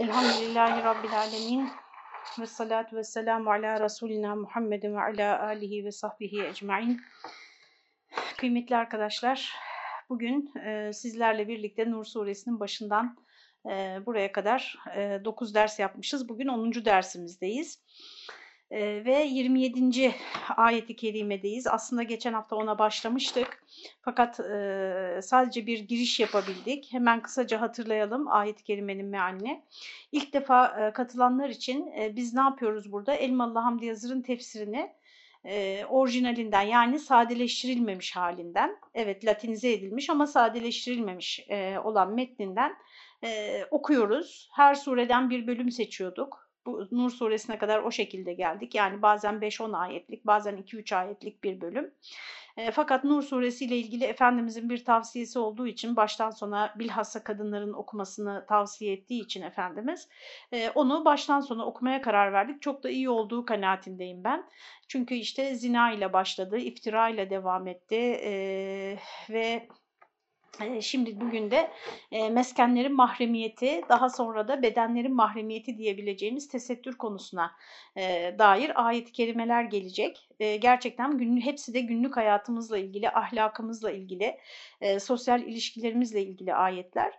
Elhamdülillahi Rabbil Alemin ve salatu ve selamu ala Resulina Muhammedin ve ala alihi ve sahbihi ecmain. Kıymetli arkadaşlar, bugün sizlerle birlikte Nur Suresinin başından buraya kadar 9 ders yapmışız. Bugün 10. dersimizdeyiz. Ve 27. ayeti kerimedeyiz. Aslında geçen hafta ona başlamıştık. Fakat sadece bir giriş yapabildik. Hemen kısaca hatırlayalım ayet-i kerimenin mealini. İlk defa katılanlar için biz ne yapıyoruz burada? Elmalı Hamdi Yazır'ın tefsirini orijinalinden, yani sadeleştirilmemiş halinden, evet latinize edilmiş ama sadeleştirilmemiş olan metninden okuyoruz. Her sureden bir bölüm seçiyorduk. Bu Nur suresine kadar o şekilde geldik. Yani bazen 5-10 ayetlik, bazen 2-3 ayetlik bir bölüm. Fakat Nur suresiyle ilgili Efendimizin bir tavsiyesi olduğu için, baştan sona bilhassa kadınların okumasını tavsiye ettiği için Efendimiz, onu baştan sona okumaya karar verdik. Çok da iyi olduğu kanaatindeyim ben. Çünkü işte zina ile başladı, iftira ile devam etti ve şimdi bugün de meskenlerin mahremiyeti, daha sonra da bedenlerin mahremiyeti diyebileceğimiz tesettür konusuna dair ayet-i kerimeler gelecek. Gerçekten hepsi de günlük hayatımızla ilgili, ahlakımızla ilgili, sosyal ilişkilerimizle ilgili ayetler.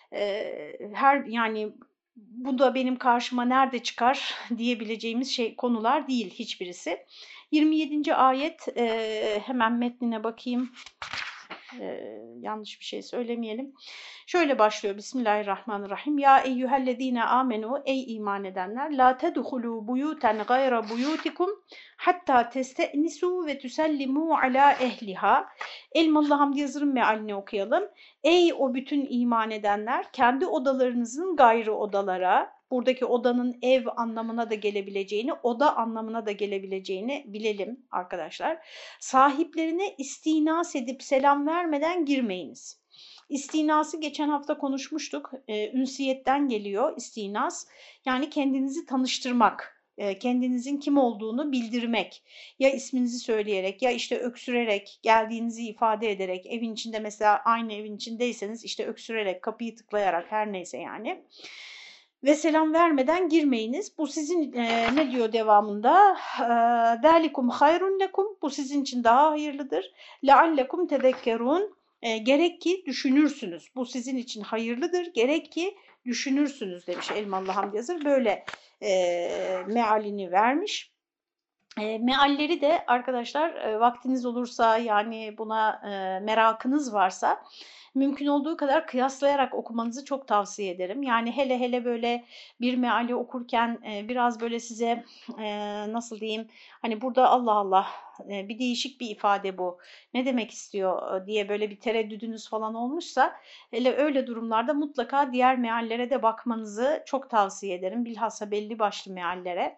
Yani bu da benim karşıma nerede çıkar diyebileceğimiz konular değil hiçbirisi. 27. ayet, hemen metnine bakayım. Yanlış bir şey söylemeyelim. Şöyle başlıyor. Bismillahirrahmanirrahim. Ya eyyühellezine amenu, ey iman edenler, la tedhulu buyuten gayra buyutikum hatta testenisu ve tusallimu ala ehliha. Elmalı Hamdi Yazır'ın mealini okuyalım. Ey o bütün iman edenler, kendi odalarınızın gayrı odalara, buradaki odanın ev anlamına da gelebileceğini, oda anlamına da gelebileceğini bilelim arkadaşlar. Sahiplerine istinas edip selam vermeden girmeyiniz. İstinası geçen hafta konuşmuştuk. Ünsiyetten geliyor istinas. Yani kendinizi tanıştırmak, kendinizin kim olduğunu bildirmek. Ya isminizi söyleyerek, ya işte öksürerek, geldiğinizi ifade ederek, evin içinde mesela aynı evin içindeyseniz işte öksürerek, kapıyı tıklayarak, her neyse yani. Ve selam vermeden girmeyiniz. Bu sizin ne diyor devamında? Dalikum hayrun lekum. Bu sizin için daha hayırlıdır. Leallekum tezekkerun. Gerek ki düşünürsünüz. Bu sizin için hayırlıdır. Gerek ki düşünürsünüz demiş Elmalı Hamdi Yazır. Böyle mealini vermiş. Mealleri de arkadaşlar vaktiniz olursa, yani buna merakınız varsa, mümkün olduğu kadar kıyaslayarak okumanızı çok tavsiye ederim. Yani hele hele böyle bir meali okurken biraz böyle size nasıl diyeyim, hani burada Allah Allah bir değişik bir ifade bu, ne demek istiyor diye böyle bir tereddüdünüz falan olmuşsa, hele öyle durumlarda mutlaka diğer meallere de bakmanızı çok tavsiye ederim. Bilhassa belli başlı meallere.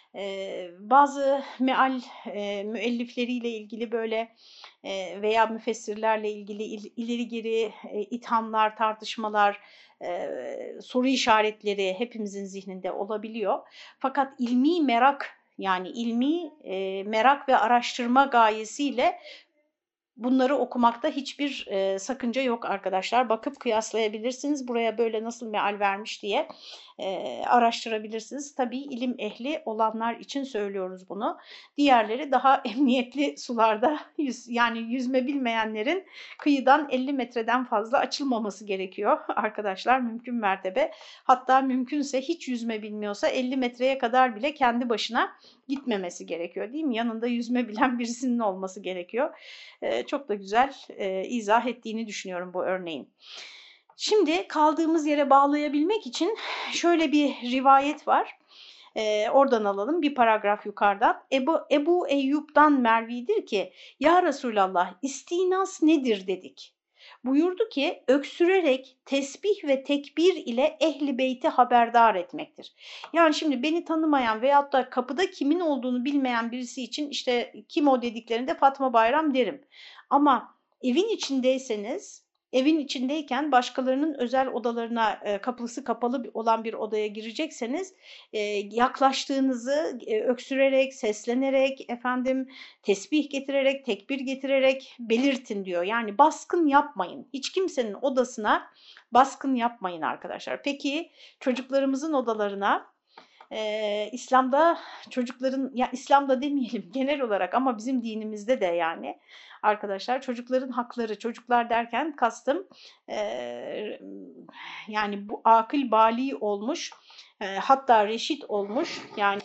Bazı meal müellifleriyle ilgili böyle veya müfessirlerle ilgili ileri geri ithamlar, tartışmalar, soru işaretleri hepimizin zihninde olabiliyor. Fakat ilmi merak, yani ilmi merak ve araştırma gayesiyle bunları okumakta hiçbir sakınca yok arkadaşlar. Bakıp kıyaslayabilirsiniz. Buraya böyle nasıl meal vermiş diye araştırabilirsiniz. Tabii ilim ehli olanlar için söylüyoruz bunu. Diğerleri daha emniyetli sularda, yani yüzme bilmeyenlerin kıyıdan 50 metreden fazla açılmaması gerekiyor arkadaşlar, mümkün mertebe. Hatta mümkünse hiç yüzme bilmiyorsa 50 metreye kadar bile kendi başına gitmemesi gerekiyor, değil mi? Yanında yüzme bilen birisinin olması gerekiyor. Çok da güzel izah ettiğini düşünüyorum bu örneğin. Şimdi kaldığımız yere bağlayabilmek için şöyle bir rivayet var. Oradan alalım bir paragraf yukarıdan. Ebu Eyyub'dan Mervi'dir ki, ya Resulallah, istinas nedir dedik. Buyurdu ki, öksürerek tesbih ve tekbir ile ehli beyti haberdar etmektir. Yani şimdi beni tanımayan veyahut da kapıda kimin olduğunu bilmeyen birisi için işte kim o dediklerinde Fatma Bayram derim. Ama evin içindeyseniz, evin içindeyken başkalarının özel odalarına, kapısı kapalı olan bir odaya girecekseniz yaklaştığınızı öksürerek, seslenerek, tesbih getirerek, tekbir getirerek belirtin diyor. Yani baskın yapmayın. Hiç kimsenin odasına baskın yapmayın arkadaşlar. Peki çocuklarımızın odalarına İslam'da çocukların, ya İslam'da demeyelim genel olarak ama bizim dinimizde de yani arkadaşlar çocukların hakları, çocuklar derken kastım yani bu akıl bali olmuş, hatta reşit olmuş, yani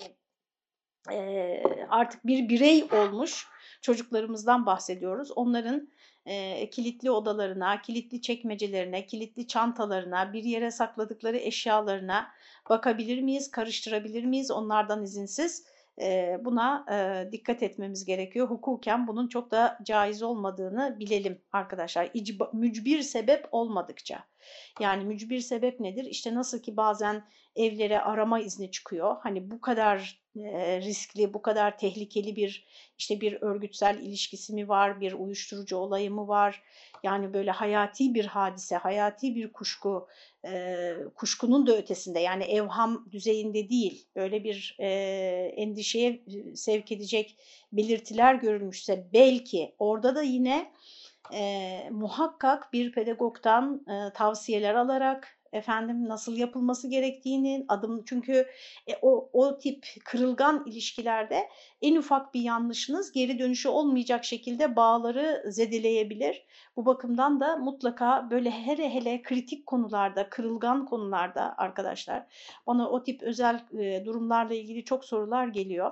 artık bir birey olmuş çocuklarımızdan bahsediyoruz. Onların kilitli odalarına, kilitli çekmecelerine, kilitli çantalarına, bir yere sakladıkları eşyalarına bakabilir miyiz, karıştırabilir miyiz onlardan izinsiz? Buna dikkat etmemiz gerekiyor. Hukuken bunun çok da caiz olmadığını bilelim arkadaşlar. Mücbir sebep olmadıkça. Yani mücbir sebep nedir? İşte nasıl ki bazen evlere arama izni çıkıyor. Hani bu kadar riskli, bu kadar tehlikeli bir işte bir örgütsel ilişkisi mi var, bir uyuşturucu olayı mı var? Yani böyle hayati bir hadise, hayati bir kuşku, kuşkunun da ötesinde, yani evham düzeyinde değil, böyle bir endişeye sevk edecek belirtiler görülmüşse belki orada da yine muhakkak bir pedagogdan tavsiyeler alarak efendim nasıl yapılması gerektiğini çünkü o tip kırılgan ilişkilerde en ufak bir yanlışınız geri dönüşü olmayacak şekilde bağları zedeleyebilir. Bu bakımdan da mutlaka böyle hele kritik konularda, kırılgan konularda arkadaşlar, bana o tip özel durumlarla ilgili çok sorular geliyor.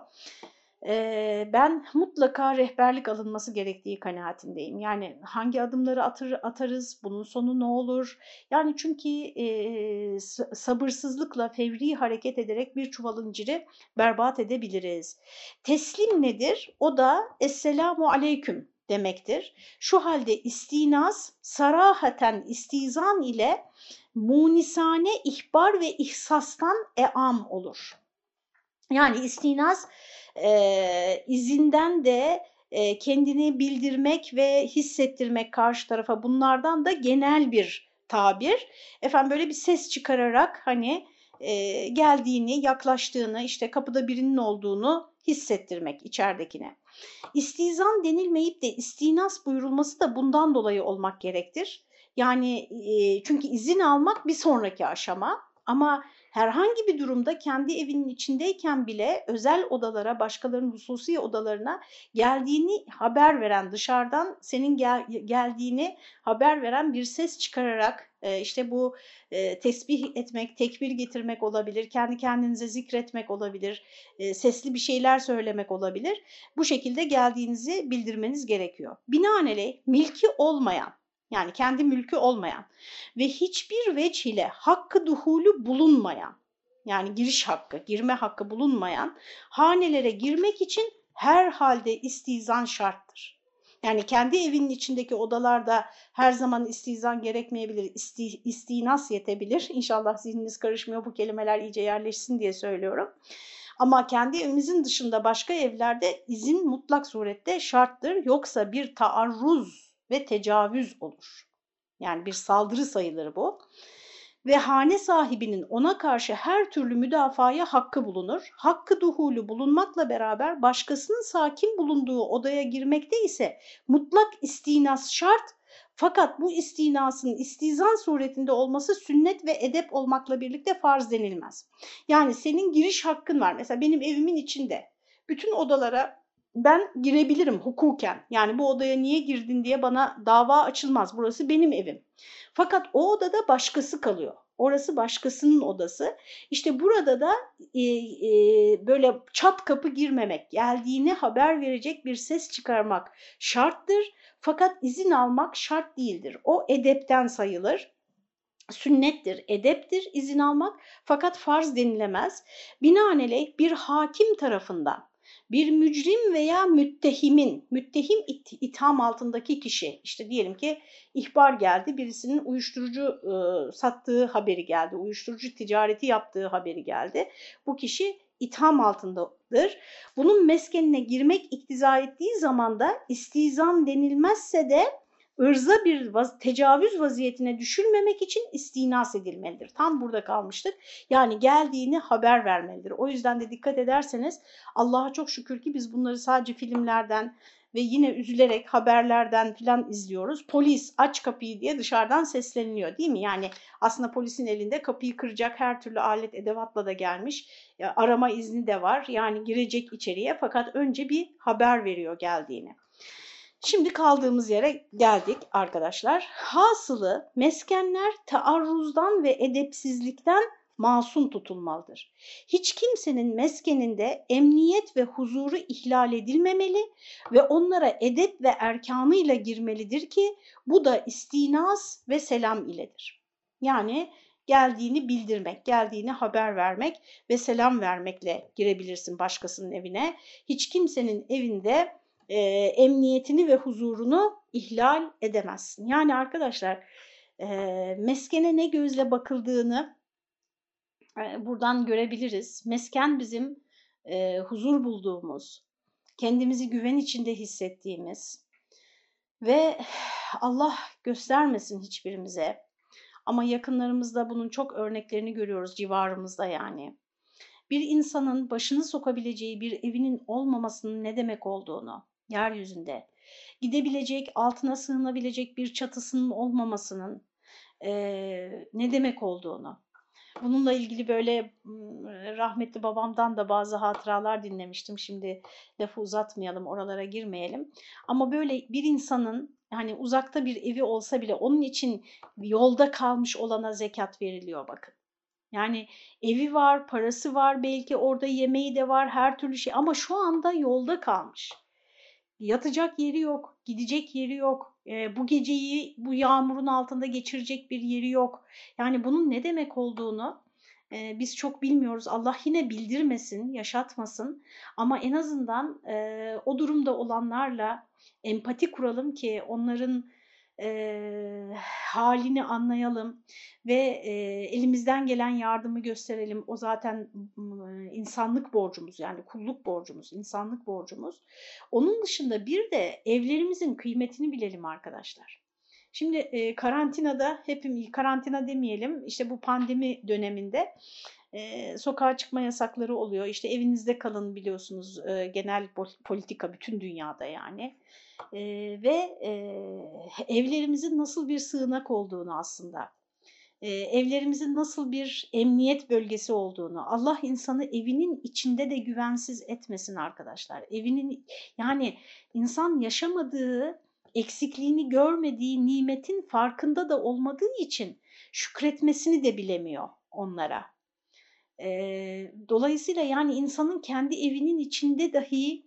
Ben mutlaka rehberlik alınması gerektiği kanaatindeyim. Yani hangi adımları atarız, bunun sonu ne olur? Yani çünkü sabırsızlıkla fevri hareket ederek bir çuval inciri berbat edebiliriz. Teslim nedir? O da Esselamu Aleyküm demektir. Şu halde istinaz sarahaten istizan ile munisane ihbar ve ihsastan eam olur. Yani istinaz izinden de kendini bildirmek ve hissettirmek karşı tarafa, bunlardan da genel bir tabir. Efendim böyle bir ses çıkararak hani geldiğini, yaklaştığını, işte kapıda birinin olduğunu hissettirmek içeridekine. İstizan denilmeyip de istinas buyurulması da bundan dolayı olmak gerektir. Yani çünkü izin almak bir sonraki aşama, ama herhangi bir durumda kendi evinin içindeyken bile özel odalara, başkalarının hususi odalarına geldiğini haber veren, dışarıdan senin geldiğini haber veren bir ses çıkararak, işte bu tesbih etmek, tekbir getirmek olabilir, kendi kendinize zikretmek olabilir, sesli bir şeyler söylemek olabilir. Bu şekilde geldiğinizi bildirmeniz gerekiyor. Binaenaleyh milki olmayan, yani kendi mülkü olmayan ve hiçbir veç ile hakkı duhulü bulunmayan, yani giriş hakkı, girme hakkı bulunmayan hanelere girmek için herhalde istizan şarttır. Yani kendi evinin içindeki odalarda her zaman istizan gerekmeyebilir, istinas yetebilir. İnşallah zihniniz karışmıyor, bu kelimeler iyice yerleşsin diye söylüyorum. Ama kendi evimizin dışında başka evlerde izin mutlak surette şarttır. Yoksa bir taarruz ve tecavüz olur. Yani bir saldırı sayılır bu. Ve hane sahibinin ona karşı her türlü müdafaya hakkı bulunur. Hakkı duhulü bulunmakla beraber başkasının sakin bulunduğu odaya girmekte ise mutlak istinas şart. Fakat bu istinasın istizan suretinde olması sünnet ve edep olmakla birlikte farz denilmez. Yani senin giriş hakkın var. Mesela benim evimin içinde bütün odalara ben girebilirim hukuken. Yani bu odaya niye girdin diye bana dava açılmaz. Burası benim evim. Fakat o odada başkası kalıyor. Orası başkasının odası. İşte burada da böyle çat kapı girmemek, geldiğini haber verecek bir ses çıkarmak şarttır. Fakat izin almak şart değildir. O edepten sayılır. Sünnettir, edeptir izin almak, fakat farz denilemez. Binaenaleyh bir hakim tarafından bir mücrim veya müttehim itham altındaki kişi, işte diyelim ki ihbar geldi, birisinin uyuşturucu sattığı haberi geldi, uyuşturucu ticareti yaptığı haberi geldi. Bu kişi itham altındadır. Bunun meskenine girmek iktiza ettiği zaman da istizan denilmezse de ırza bir tecavüz vaziyetine düşürmemek için istinas edilmelidir. Tam burada kalmıştık. Yani geldiğini haber vermelidir. O yüzden de dikkat ederseniz Allah'a çok şükür ki biz bunları sadece filmlerden, ve yine üzülerek haberlerden filan izliyoruz. Polis aç kapıyı diye dışarıdan sesleniliyor değil mi? Yani aslında polisin elinde kapıyı kıracak her türlü alet edevatla da gelmiş. Arama izni de var. Yani girecek içeriye fakat önce bir haber veriyor geldiğini. Şimdi kaldığımız yere geldik arkadaşlar. Hasılı meskenler taarruzdan ve edepsizlikten masum tutulmalıdır. Hiç kimsenin meskeninde emniyet ve huzuru ihlal edilmemeli ve onlara edep ve erkanıyla girmelidir ki bu da istinas ve selam iledir. Yani geldiğini bildirmek, geldiğini haber vermek ve selam vermekle girebilirsin başkasının evine. Hiç kimsenin evinde emniyetini ve huzurunu ihlal edemezsin. Yani arkadaşlar meskene ne gözle bakıldığını buradan görebiliriz. Mesken bizim huzur bulduğumuz, kendimizi güven içinde hissettiğimiz ve Allah göstermesin hiçbirimize ama yakınlarımızda bunun çok örneklerini görüyoruz civarımızda yani. Bir insanın başını sokabileceği bir evinin olmamasının ne demek olduğunu, yeryüzünde gidebilecek, altına sığınabilecek bir çatısının olmamasının ne demek olduğunu, bununla ilgili böyle rahmetli babamdan da bazı hatıralar dinlemiştim. Şimdi lafı uzatmayalım, oralara girmeyelim. Ama böyle bir insanın hani uzakta bir evi olsa bile onun için yolda kalmış olana zekat veriliyor bakın. Yani evi var, parası var, belki orada yemeği de var, her türlü şey ama şu anda yolda kalmış. Yatacak yeri yok, gidecek yeri yok, bu geceyi bu yağmurun altında geçirecek bir yeri yok. Yani bunun ne demek olduğunu biz çok bilmiyoruz. Allah yine bildirmesin, yaşatmasın ama en azından o durumda olanlarla empati kuralım ki onların halini anlayalım ve elimizden gelen yardımı gösterelim. O zaten insanlık borcumuz yani kulluk borcumuz, insanlık borcumuz. Onun dışında bir de evlerimizin kıymetini bilelim arkadaşlar. Şimdi karantinada hepimiz karantina demeyelim işte bu pandemi döneminde sokağa çıkma yasakları oluyor. İşte evinizde kalın biliyorsunuz genel politika bütün dünyada yani. Ve evlerimizin nasıl bir sığınak olduğunu aslında, evlerimizin nasıl bir emniyet bölgesi olduğunu, Allah insanı evinin içinde de güvensiz etmesin arkadaşlar. Evinin yani insan yaşamadığı, eksikliğini görmediği nimetin farkında da olmadığı için şükretmesini de bilemiyor onlara. Dolayısıyla yani insanın kendi evinin içinde dahi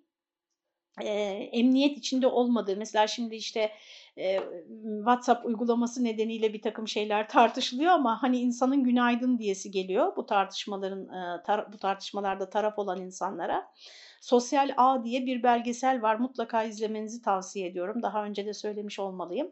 emniyet içinde olmadığı, mesela şimdi işte WhatsApp uygulaması nedeniyle bir takım şeyler tartışılıyor ama hani insanın günaydın diyesi geliyor bu tartışmaların bu tartışmalarda taraf olan insanlara. Sosyal Ağ diye bir belgesel var, mutlaka izlemenizi tavsiye ediyorum. Daha önce de söylemiş olmalıyım.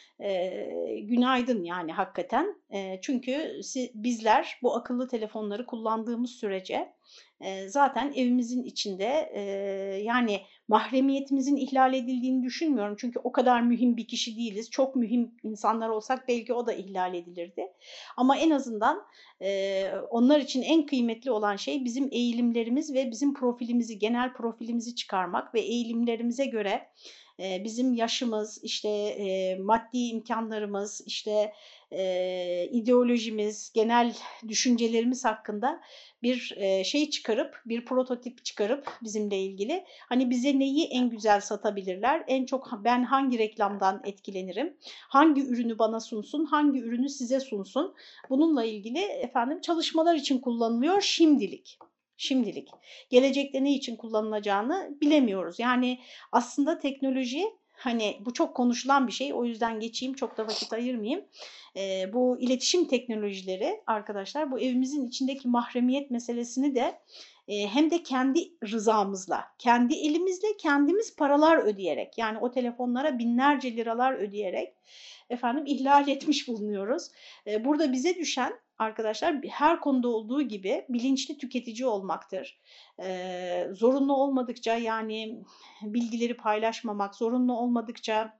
Günaydın yani hakikaten. Çünkü bizler bu akıllı telefonları kullandığımız sürece zaten evimizin içinde yani mahremiyetimizin ihlal edildiğini düşünmüyorum. Çünkü o kadar mühim bir kişi değiliz. Çok mühim insanlar olsak belki o da ihlal edilirdi. Ama en azından onlar için en kıymetli olan şey bizim eğilimlerimiz ve bizim profilimizi, genel profilimizi çıkarmak ve eğilimlerimize göre bizim yaşımız, işte maddi imkanlarımız, işte ideolojimiz, genel düşüncelerimiz hakkında bir şey çıkarıp, bir prototip çıkarıp bizimle ilgili hani bize neyi en güzel satabilirler, en çok ben hangi reklamdan etkilenirim, hangi ürünü bana sunsun, hangi ürünü size sunsun, bununla ilgili efendim çalışmalar için kullanılıyor şimdilik. Şimdilik. Gelecekte ne için kullanılacağını bilemiyoruz. Yani aslında teknoloji hani bu çok konuşulan bir şey, o yüzden geçeyim, çok da vakit ayırmayayım. Bu iletişim teknolojileri arkadaşlar bu evimizin içindeki mahremiyet meselesini de hem de kendi rızamızla, kendi elimizle kendimiz paralar ödeyerek yani o telefonlara binlerce liralar ödeyerek efendim ihlal etmiş bulunuyoruz. Burada bize düşen arkadaşlar her konuda olduğu gibi bilinçli tüketici olmaktır. Zorunlu olmadıkça yani bilgileri paylaşmamak, zorunlu olmadıkça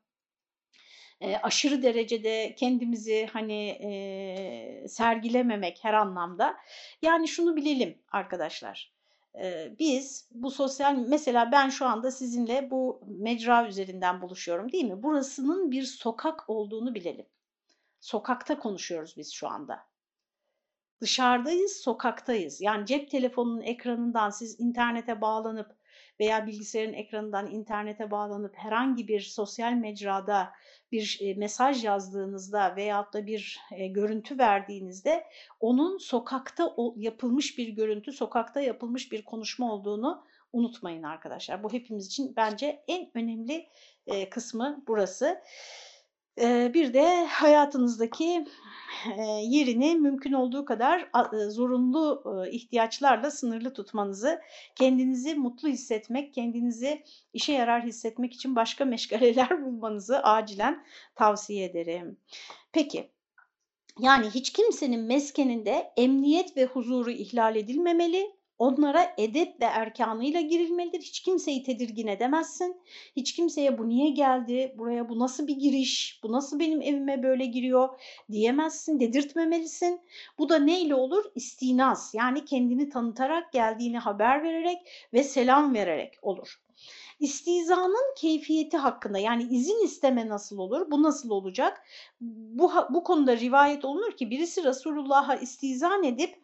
aşırı derecede kendimizi hani sergilememek her anlamda. Yani şunu bilelim arkadaşlar. Biz bu sosyal, mesela ben şu anda sizinle bu mecra üzerinden buluşuyorum değil mi? Burasının bir sokak olduğunu bilelim. Sokakta konuşuyoruz biz şu anda. Dışarıdayız, sokaktayız. Yani cep telefonunun ekranından siz internete bağlanıp veya bilgisayarın ekranından internete bağlanıp herhangi bir sosyal mecrada bir mesaj yazdığınızda veyahut da bir görüntü verdiğinizde onun sokakta yapılmış bir görüntü, sokakta yapılmış bir konuşma olduğunu unutmayın arkadaşlar. Bu hepimiz için bence en önemli kısmı burası. Bir de hayatınızdaki yerini mümkün olduğu kadar zorunlu ihtiyaçlarla sınırlı tutmanızı, kendinizi mutlu hissetmek, kendinizi işe yarar hissetmek için başka meşgaleler bulmanızı acilen tavsiye ederim. Peki, yani hiç kimsenin meskeninde emniyet ve huzuru ihlal edilmemeli. Onlara edep ve erkanıyla girilmelidir. Hiç kimseyi tedirgin edemezsin. Hiç kimseye bu niye geldi, buraya bu nasıl bir giriş, bu nasıl benim evime böyle giriyor diyemezsin, dedirtmemelisin. Bu da neyle olur? İstinas, yani kendini tanıtarak, geldiğini haber vererek ve selam vererek olur. İstizanın keyfiyeti hakkında, yani izin isteme nasıl olur, bu nasıl olacak? Bu konuda rivayet olunur ki birisi Resulullah'a istizan edip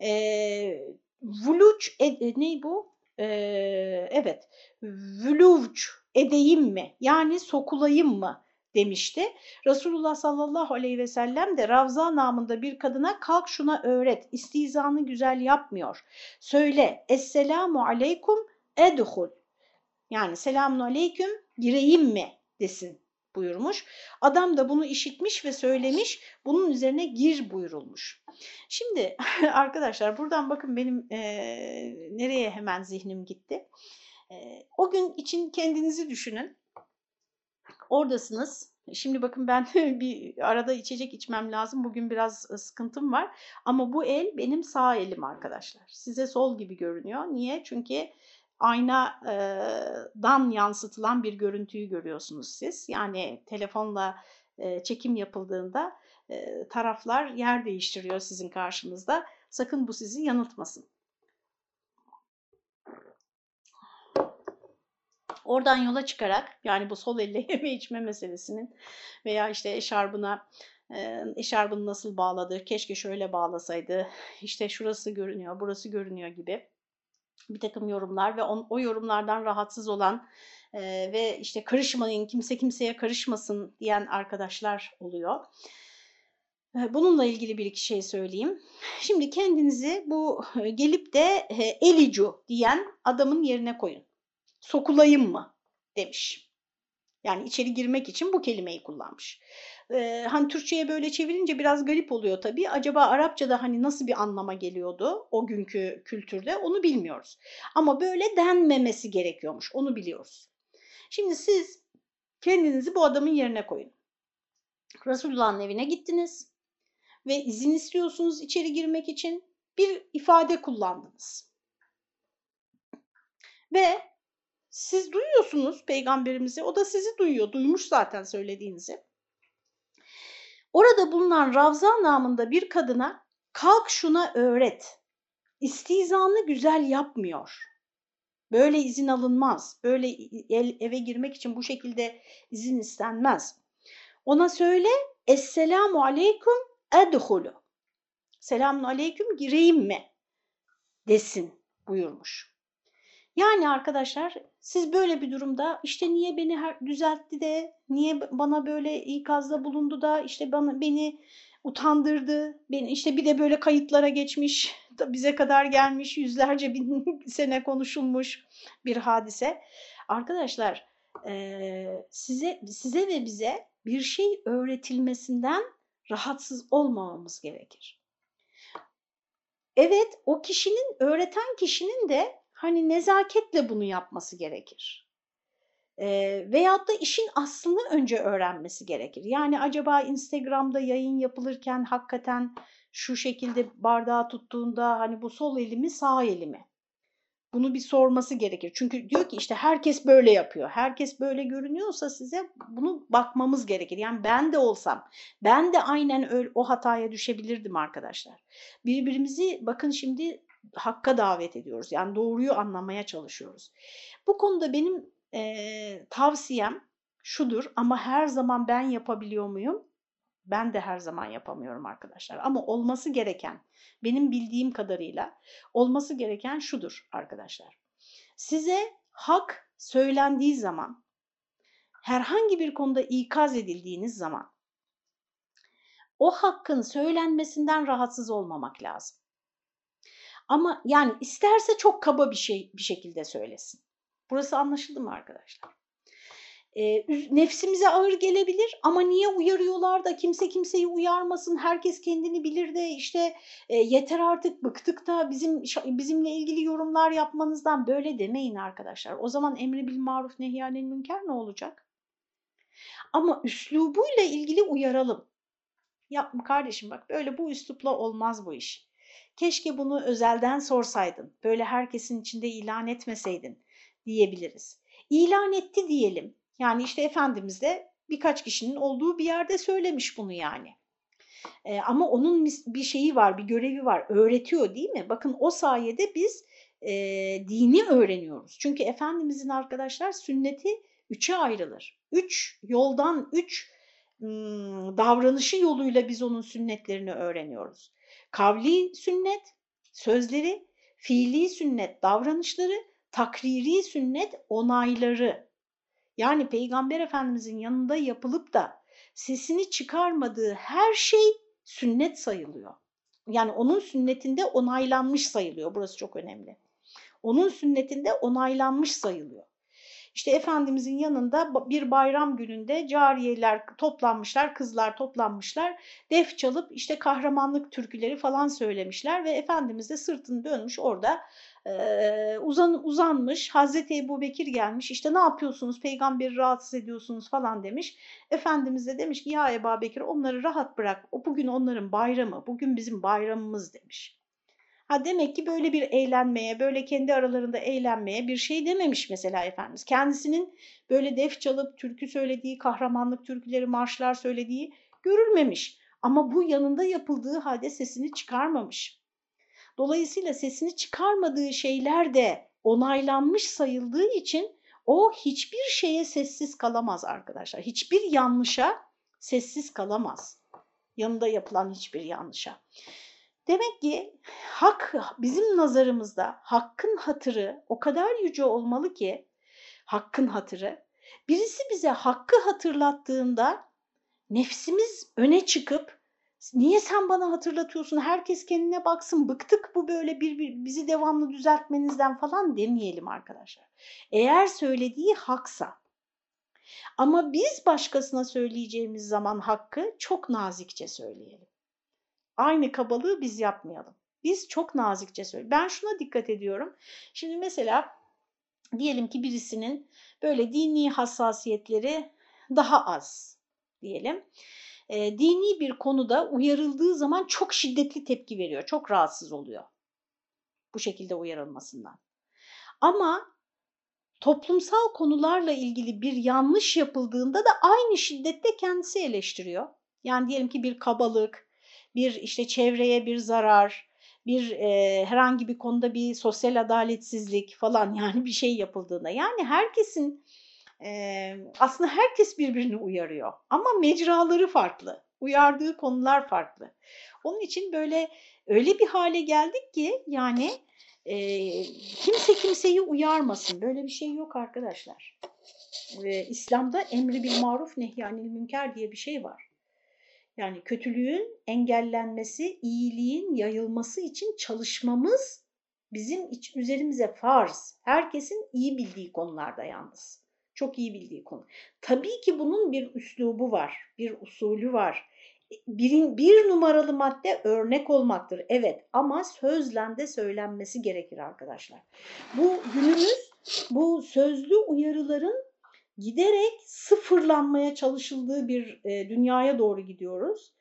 vuluç ne bu? Evet, vuluç edeyim mi? Yani sokulayım mı? Demişti. Resulullah sallallahu aleyhi ve sellem de Ravza namında bir kadına kalk şuna öğret, istizanı güzel yapmıyor. Söyle, Esselamu aleykum edhul. Yani selamun aleyküm gireyim mi desin buyurmuş. Adam da bunu işitmiş ve söylemiş. Bunun üzerine gir buyurulmuş. Şimdi arkadaşlar buradan bakın benim nereye hemen zihnim gitti. O gün için kendinizi düşünün. Oradasınız. Şimdi bakın ben bir arada içecek içmem lazım. Bugün biraz sıkıntım var. Ama bu el benim sağ elim arkadaşlar. Size sol gibi görünüyor. Niye? Çünkü aynadan yansıtılan bir görüntüyü görüyorsunuz siz. Yani telefonla çekim yapıldığında taraflar yer değiştiriyor sizin karşınızda. Sakın bu sizi yanıltmasın. Oradan yola çıkarak, yani bu sol elle yeme içme meselesinin veya işte eşarbını nasıl bağladı, keşke şöyle bağlasaydı, işte şurası görünüyor, burası görünüyor gibi bir takım yorumlar ve o yorumlardan rahatsız olan ve işte karışmayın, kimse kimseye karışmasın diyen arkadaşlar oluyor. Bununla ilgili bir iki şey söyleyeyim. Şimdi kendinizi bu gelip de elicu diyen adamın yerine koyun. Sokulayım mı demiş. Yani içeri girmek için bu kelimeyi kullanmış. Hani Türkçe'ye böyle çevirince biraz garip oluyor tabii. Acaba Arapçada hani nasıl bir anlama geliyordu o günkü kültürde onu bilmiyoruz. Ama böyle denmemesi gerekiyormuş, onu biliyoruz. Şimdi siz kendinizi bu adamın yerine koyun. Resulullah'ın evine gittiniz ve izin istiyorsunuz içeri girmek için, bir ifade kullandınız. Ve siz duyuyorsunuz peygamberimizi, o da sizi duyuyor, duymuş zaten söylediğinizi. Orada bulunan Ravza namında bir kadına kalk şuna öğret, istizanı güzel yapmıyor. Böyle izin alınmaz, böyle eve girmek için bu şekilde izin istenmez. Ona söyle, Esselamu aleyküm edhulu. Selamun aleyküm gireyim mi desin buyurmuş. Yani arkadaşlar siz böyle bir durumda işte niye beni düzeltti de, niye bana böyle ikazda bulundu da, işte beni utandırdı, beni işte bir de böyle kayıtlara geçmiş, bize kadar gelmiş, yüzlerce bin sene konuşulmuş bir hadise. Arkadaşlar size ve bize bir şey öğretilmesinden rahatsız olmamamız gerekir. Evet, o kişinin, öğreten kişinin de hani nezaketle bunu yapması gerekir. Veyahut da işin aslını önce öğrenmesi gerekir. Yani acaba Instagram'da yayın yapılırken hakikaten şu şekilde bardağı tuttuğunda hani bu sol eli mi sağ eli mi? Bunu bir sorması gerekir. Çünkü diyor ki işte herkes böyle yapıyor. Herkes böyle görünüyorsa size bunu bakmamız gerekir. Yani ben de olsam, ben de aynen öyle, o hataya düşebilirdim arkadaşlar. Birbirimizi bakın şimdi hakka davet ediyoruz. Yani doğruyu anlamaya çalışıyoruz. Bu konuda benim tavsiyem şudur, ama her zaman ben yapabiliyor muyum? Ben de her zaman yapamıyorum arkadaşlar. Ama olması gereken, benim bildiğim kadarıyla olması gereken şudur arkadaşlar. Size hak söylendiği zaman, herhangi bir konuda ikaz edildiğiniz zaman o hakkın söylenmesinden rahatsız olmamak lazım. Ama yani isterse çok kaba bir şekilde söylesin. Burası anlaşıldı mı arkadaşlar? Nefsimize ağır gelebilir ama niye uyarıyorlar da kimse kimseyi uyarmasın, herkes kendini bilir de işte yeter artık, bıktık da bizimle ilgili yorumlar yapmanızdan, böyle demeyin arkadaşlar. O zaman emri bil maruf nehyanil münker ne olacak? Ama üslubuyla ilgili uyaralım. Yapma kardeşim, bak böyle bu üslupla olmaz bu iş. Keşke bunu özelden sorsaydın, böyle herkesin içinde ilan etmeseydin diyebiliriz. İlan etti diyelim. Yani işte Efendimiz de birkaç kişinin olduğu bir yerde söylemiş bunu yani. Ama onun bir şeyi var, bir görevi var, öğretiyor değil mi? Bakın o sayede biz dini öğreniyoruz. Çünkü Efendimizin arkadaşlar sünneti üçe ayrılır. Üç yoldan, üç davranışı yoluyla biz onun sünnetlerini öğreniyoruz. Kavli sünnet, sözleri, fiili sünnet, davranışları, takriri sünnet, onayları. Yani Peygamber Efendimizin yanında yapılıp da sesini çıkarmadığı her şey sünnet sayılıyor. Yani onun sünnetinde onaylanmış sayılıyor. Burası çok önemli. Onun sünnetinde onaylanmış sayılıyor. İşte Efendimizin yanında bir bayram gününde cariyeler toplanmışlar, kızlar toplanmışlar, def çalıp işte kahramanlık türküleri falan söylemişler ve Efendimiz de sırtını dönmüş orada uzanmış. Hazreti Ebubekir gelmiş, işte ne yapıyorsunuz, peygamberi rahatsız ediyorsunuz falan demiş. Efendimiz de demiş ki ya Ebubekir, onları rahat bırak, bugün onların bayramı, bugün bizim bayramımız demiş. Ha, demek ki böyle bir eğlenmeye, böyle kendi aralarında eğlenmeye bir şey dememiş mesela Efendimiz. Kendisinin böyle def çalıp türkü söylediği, kahramanlık türküleri, marşlar söylediği görülmemiş. Ama bu yanında yapıldığı halde sesini çıkarmamış. Dolayısıyla sesini çıkarmadığı şeyler de onaylanmış sayıldığı için o hiçbir şeye sessiz kalamaz arkadaşlar. Hiçbir yanlışa sessiz kalamaz. Yanında yapılan hiçbir yanlışa. Demek ki hak, bizim nazarımızda hakkın hatırı o kadar yüce olmalı ki, hakkın hatırı, birisi bize hakkı hatırlattığında nefsimiz öne çıkıp niye sen bana hatırlatıyorsun, herkes kendine baksın, bıktık bu böyle bizi devamlı düzeltmenizden falan demeyelim arkadaşlar. Eğer söylediği haksa. Ama biz başkasına söyleyeceğimiz zaman hakkı çok nazikçe söyleyelim. Aynı kabalığı biz yapmayalım. Biz çok nazikçe söyleyelim. Ben şuna dikkat ediyorum. Şimdi mesela diyelim ki birisinin böyle dini hassasiyetleri daha az diyelim. Dini bir konuda uyarıldığı zaman çok şiddetli tepki veriyor. Çok rahatsız oluyor bu şekilde uyarılmasından. Ama toplumsal konularla ilgili bir yanlış yapıldığında da aynı şiddette kendisi eleştiriyor. Yani diyelim ki bir kabalık, bir işte çevreye bir zarar, bir herhangi bir konuda bir sosyal adaletsizlik falan, yani bir şey yapıldığında. Yani herkesin aslında herkes birbirini uyarıyor ama mecraları farklı, uyardığı konular farklı. Onun için böyle öyle bir hale geldik ki yani kimse kimseyi uyarmasın. Böyle bir şey yok arkadaşlar. İslam'da emri bil maruf nehyanil münker diye bir şey var. Yani kötülüğün engellenmesi, iyiliğin yayılması için çalışmamız bizim üzerimize farz. Herkesin iyi bildiği konularda yalnız. Çok iyi bildiği konu. Tabii ki bunun bir üslubu var, bir usulü var. Bir numaralı madde örnek olmaktır. Evet, ama sözle de söylenmesi gerekir arkadaşlar. Bu günümüz bu sözlü uyarıların giderek sıfırlanmaya çalışıldığı bir dünyaya doğru gidiyoruz.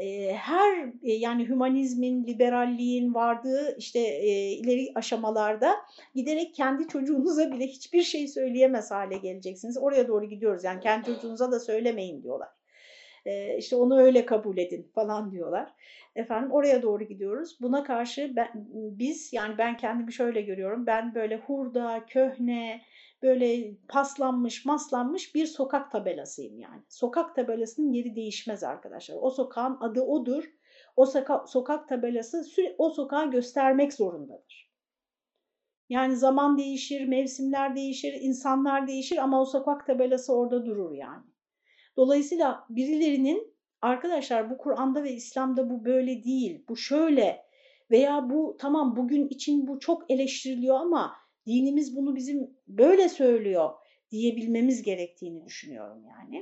Yani hümanizmin, liberalliğin vardığı işte ileri aşamalarda giderek kendi çocuğunuza bile hiçbir şey söyleyemez hale geleceksiniz. Oraya doğru gidiyoruz. Yani kendi çocuğunuza da söylemeyin diyorlar. işte onu öyle kabul edin falan diyorlar. Efendim oraya doğru gidiyoruz. Buna karşı biz yani ben kendimi şöyle görüyorum. Ben böyle hurda, köhne, böyle paslanmış, maslanmış bir sokak tabelasıyım yani. Sokak tabelasının yeri değişmez arkadaşlar. O sokağın adı odur. O sokak tabelası o sokağı göstermek zorundadır. Yani zaman değişir, mevsimler değişir, insanlar değişir ama o sokak tabelası orada durur yani. Dolayısıyla birilerinin arkadaşlar bu Kur'an'da ve İslam'da bu böyle değil, bu şöyle veya bu tamam bugün için bu çok eleştiriliyor ama dinimiz bunu bizim böyle söylüyor diyebilmemiz gerektiğini düşünüyorum yani.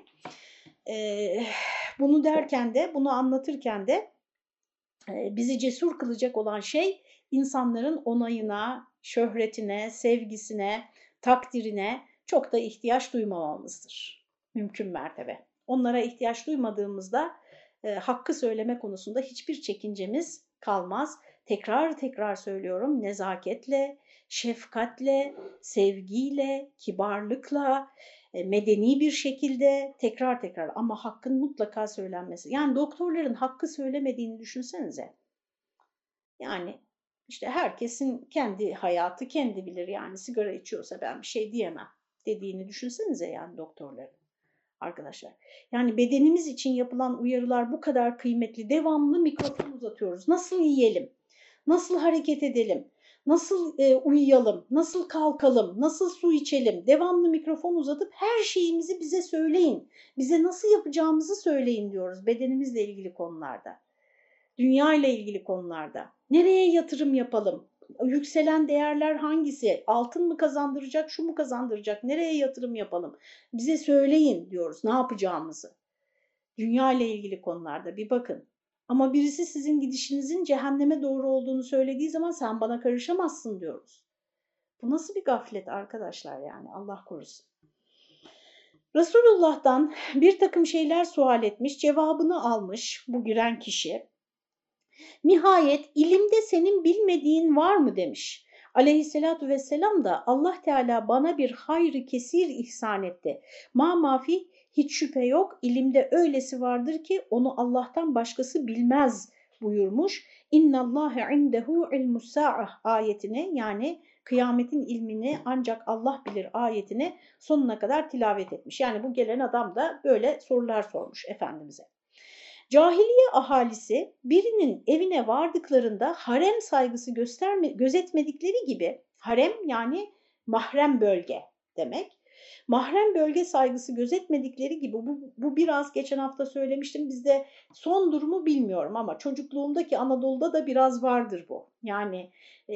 Bunu derken de, bunu anlatırken de bizi cesur kılacak olan şey insanların onayına, şöhretine, sevgisine, takdirine çok da ihtiyaç duymamamızdır. Mümkün mertebe. Onlara ihtiyaç duymadığımızda hakkı söyleme konusunda hiçbir çekincemiz kalmaz. Tekrar tekrar söylüyorum, nezaketle, şefkatle, sevgiyle, kibarlıkla, medeni bir şekilde tekrar tekrar ama hakkın mutlaka söylenmesi. Yani doktorların hakkı söylemediğini düşünsenize. Yani işte herkesin kendi hayatı kendi bilir yani sigara içiyorsa ben bir şey diyemem dediğini düşünsenize yani doktorların. Arkadaşlar. Yani bedenimiz için yapılan uyarılar bu kadar kıymetli. Devamlı mikrofon uzatıyoruz. Nasıl yiyelim? Nasıl hareket edelim? Nasıl uyuyalım? Nasıl kalkalım? Nasıl su içelim? Devamlı mikrofon uzatıp her şeyimizi bize söyleyin. Bize nasıl yapacağımızı söyleyin diyoruz bedenimizle ilgili konularda. Dünya ile ilgili konularda. Nereye yatırım yapalım? Yükselen değerler hangisi? Altın mı kazandıracak, şu mu kazandıracak? Nereye yatırım yapalım? Bize söyleyin diyoruz ne yapacağımızı. Dünya ile ilgili konularda bir bakın. Ama birisi sizin gidişinizin cehenneme doğru olduğunu söylediği zaman sen bana karışamazsın diyoruz. Bu nasıl bir gaflet arkadaşlar yani Allah korusun. Resulullah'tan bir takım şeyler sual etmiş, cevabını almış bu giren kişi. Nihayet ilimde senin bilmediğin var mı demiş. Aleyhissalatu vesselam da Allah Teala bana bir hayrı kesir ihsan etti. Ma mafi hiç şüphe yok ilimde öylesi vardır ki onu Allah'tan başkası bilmez buyurmuş. İnnallâhe indehu ilmus sa'ah ayetine yani kıyametin ilmini ancak Allah bilir ayetine sonuna kadar tilavet etmiş. Yani bu gelen adam da böyle sorular sormuş Efendimiz'e. Cahiliye ahalisi birinin evine vardıklarında harem saygısı gözetmedikleri gibi harem yani mahrem bölge demek. Mahrem bölge saygısı gözetmedikleri gibi bu biraz geçen hafta söylemiştim bizde son durumu bilmiyorum ama çocukluğumdaki Anadolu'da da biraz vardır bu. Yani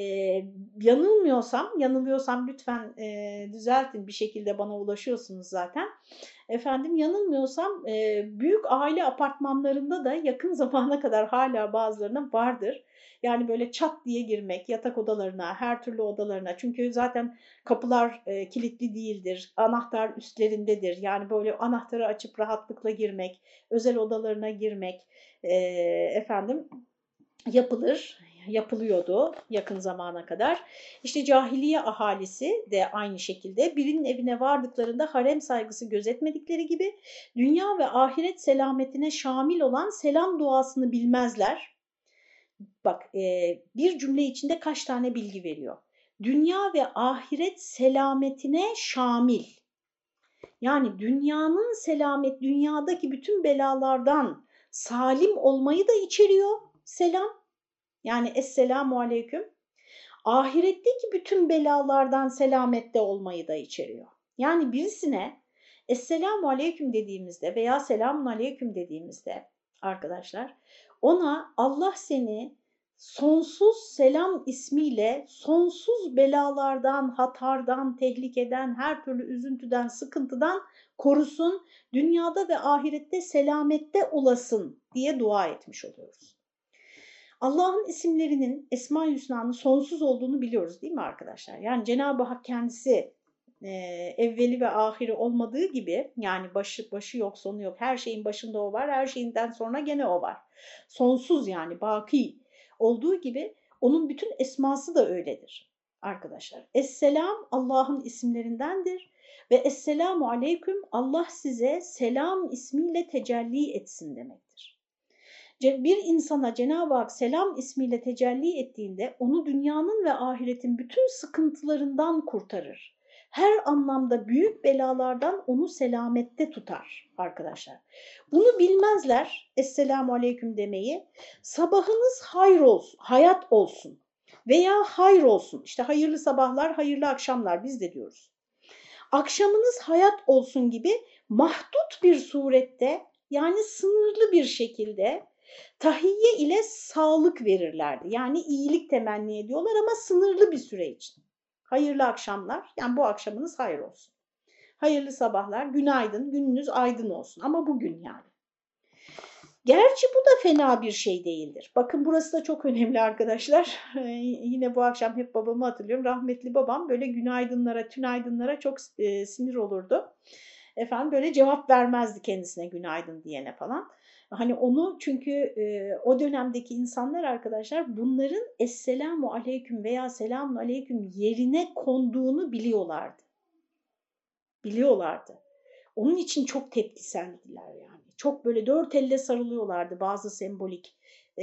yanılıyorsam lütfen düzeltin bir şekilde bana ulaşıyorsunuz zaten. Efendim yanılmıyorsam büyük aile apartmanlarında da yakın zamana kadar hala bazılarına vardır. Yani böyle çat diye girmek yatak odalarına, her türlü odalarına. Çünkü zaten kapılar kilitli değildir, anahtar üstlerindedir. Yani böyle anahtarı açıp rahatlıkla girmek, özel odalarına girmek efendim yapılıyordu yakın zamana kadar. İşte cahiliye ahalisi de aynı şekilde birinin evine vardıklarında harem saygısı gözetmedikleri gibi dünya ve ahiret selametine şamil olan selam duasını bilmezler. Bak bir cümle içinde kaç tane bilgi veriyor. Dünya ve ahiret selametine şamil. Yani dünyanın dünyadaki bütün belalardan salim olmayı da içeriyor selam. Yani Esselamu Aleyküm. Ahiretteki bütün belalardan selamette olmayı da içeriyor. Yani birisine Esselamu Aleyküm dediğimizde veya Selamun Aleyküm dediğimizde arkadaşlar ona Allah seni sonsuz selam ismiyle sonsuz belalardan, hatardan, tehlikeden, her türlü üzüntüden, sıkıntıdan korusun, dünyada ve ahirette selamette olasın diye dua etmiş oluyoruz. Allah'ın isimlerinin Esma-i Hüsna'nın sonsuz olduğunu biliyoruz değil mi arkadaşlar? Yani Cenab-ı Hak kendisi evveli ve ahiri olmadığı gibi yani başı yok sonu yok her şeyin başında o var her şeyinden sonra gene o var. Sonsuz yani baki olduğu gibi onun bütün esması da öyledir. arkadaşlar. Esselam Allah'ın isimlerindendir ve Esselamu Aleyküm Allah size selam ismiyle tecelli etsin demektir. Bir insana Cenab-ı Hak selam ismiyle tecelli ettiğinde onu dünyanın ve ahiretin bütün sıkıntılarından kurtarır. Her anlamda büyük belalardan onu selamette tutar arkadaşlar. Bunu bilmezler Esselamu Aleyküm demeyi. Sabahınız hayır olsun, hayat olsun veya hayır olsun. İşte hayırlı sabahlar, hayırlı akşamlar biz de diyoruz. Akşamınız hayat olsun gibi mahdut bir surette yani sınırlı bir şekilde tahiyye ile sağlık verirlerdi. Yani iyilik temenni ediyorlar ama sınırlı bir süre için. Hayırlı akşamlar, yani bu akşamınız hayır olsun. Hayırlı sabahlar, günaydın, gününüz aydın olsun ama bugün yani. Gerçi bu da fena bir şey değildir. Bakın burası da çok önemli arkadaşlar. Yine bu akşam hep babamı hatırlıyorum. Rahmetli babam böyle günaydınlara, tünaydınlara çok sinir olurdu. Efendim böyle cevap vermezdi kendisine günaydın diyene falan. Hani onu çünkü o dönemdeki insanlar arkadaşlar bunların Esselamu Aleyküm veya Selamun Aleyküm yerine konduğunu biliyorlardı. Biliyorlardı. Onun için çok tepkiseldiler yani. Çok böyle dört elle sarılıyorlardı bazı sembolik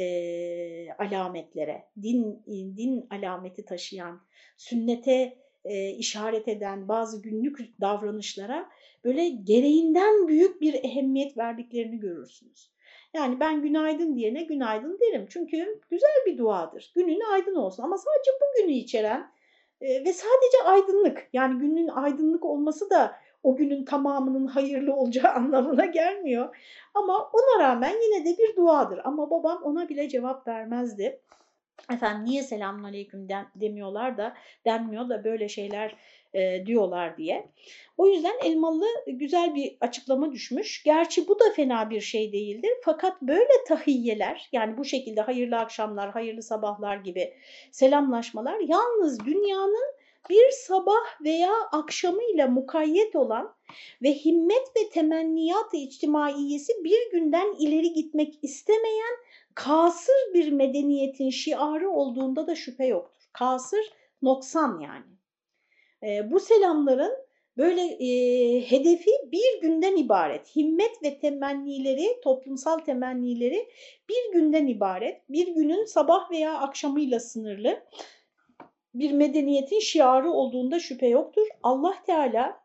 alametlere. Din alameti taşıyan, sünnete işaret eden bazı günlük davranışlara böyle gereğinden büyük bir ehemmiyet verdiklerini görürsünüz. Yani ben günaydın diyene günaydın derim. Çünkü güzel bir duadır. Günün aydın olsun ama sadece bugünü içeren ve sadece aydınlık. Yani günün aydınlık olması da o günün tamamının hayırlı olacağı anlamına gelmiyor. Ama ona rağmen yine de bir duadır. Ama babam ona bile cevap vermezdi. Efendim niye selamünaleyküm demiyorlar da denmiyor da böyle şeyler diyorlar diye. O yüzden Elmalı güzel bir açıklama düşmüş. Gerçi bu da fena bir şey değildir. Fakat böyle tahiyyeler yani bu şekilde hayırlı akşamlar, hayırlı sabahlar gibi selamlaşmalar yalnız dünyanın bir sabah veya akşamıyla mukayyet olan ve himmet ve temenniyat-ı içtimaiyesi bir günden ileri gitmek istemeyen kasır bir medeniyetin şiarı olduğunda da şüphe yoktur. Kasır, noksan yani. Bu selamların böyle hedefi bir günden ibaret. Himmet ve temennileri, toplumsal temennileri bir günden ibaret. Bir günün sabah veya akşamıyla sınırlı bir medeniyetin şiarı olduğunda şüphe yoktur. Allah Teala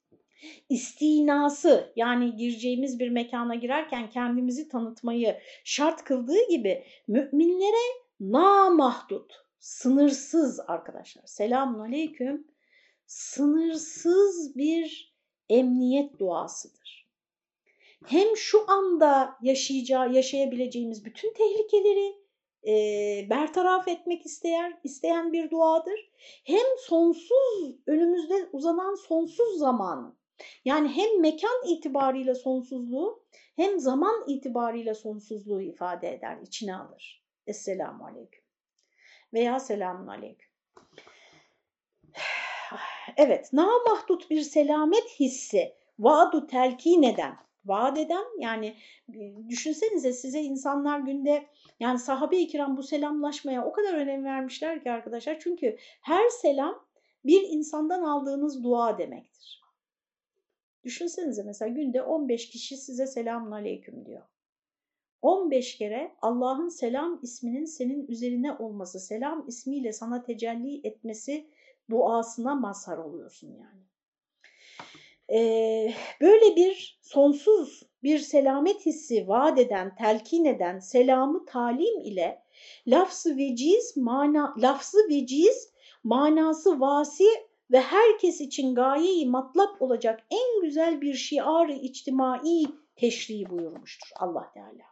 istinası yani gireceğimiz bir mekana girerken kendimizi tanıtmayı şart kıldığı gibi müminlere namahdut, sınırsız arkadaşlar. Selamun aleyküm, sınırsız bir emniyet duasıdır. Hem şu anda yaşayabileceğimiz bütün tehlikeleri bertaraf etmek isteyen bir duadır. Hem sonsuz, önümüzde uzanan sonsuz zamanı, yani hem mekan itibarıyla sonsuzluğu hem zaman itibarıyla sonsuzluğu ifade eder, içine alır. Esselamu aleyküm veya selamun aleyküm. Evet, namahdut bir selamet hissi, vaadu telkin eden, vaat eden yani düşünsenize size insanlar günde yani sahabe-i kiram bu selamlaşmaya o kadar önem vermişler ki arkadaşlar. Çünkü her selam bir insandan aldığınız dua demektir. Düşünsenize mesela günde 15 kişi size selamun aleyküm diyor. 15 kere Allah'ın selam isminin senin üzerine olması, selam ismiyle sana tecelli etmesi duasına mazhar oluyorsun yani. Böyle bir sonsuz bir selamet hissi vaat eden, telkin eden selamı talim ile lafz-ı veciz, manası vasi ve herkes için gaye-i matlap olacak en güzel bir şiar-ı içtimai teşri buyurmuştur Allah Teala.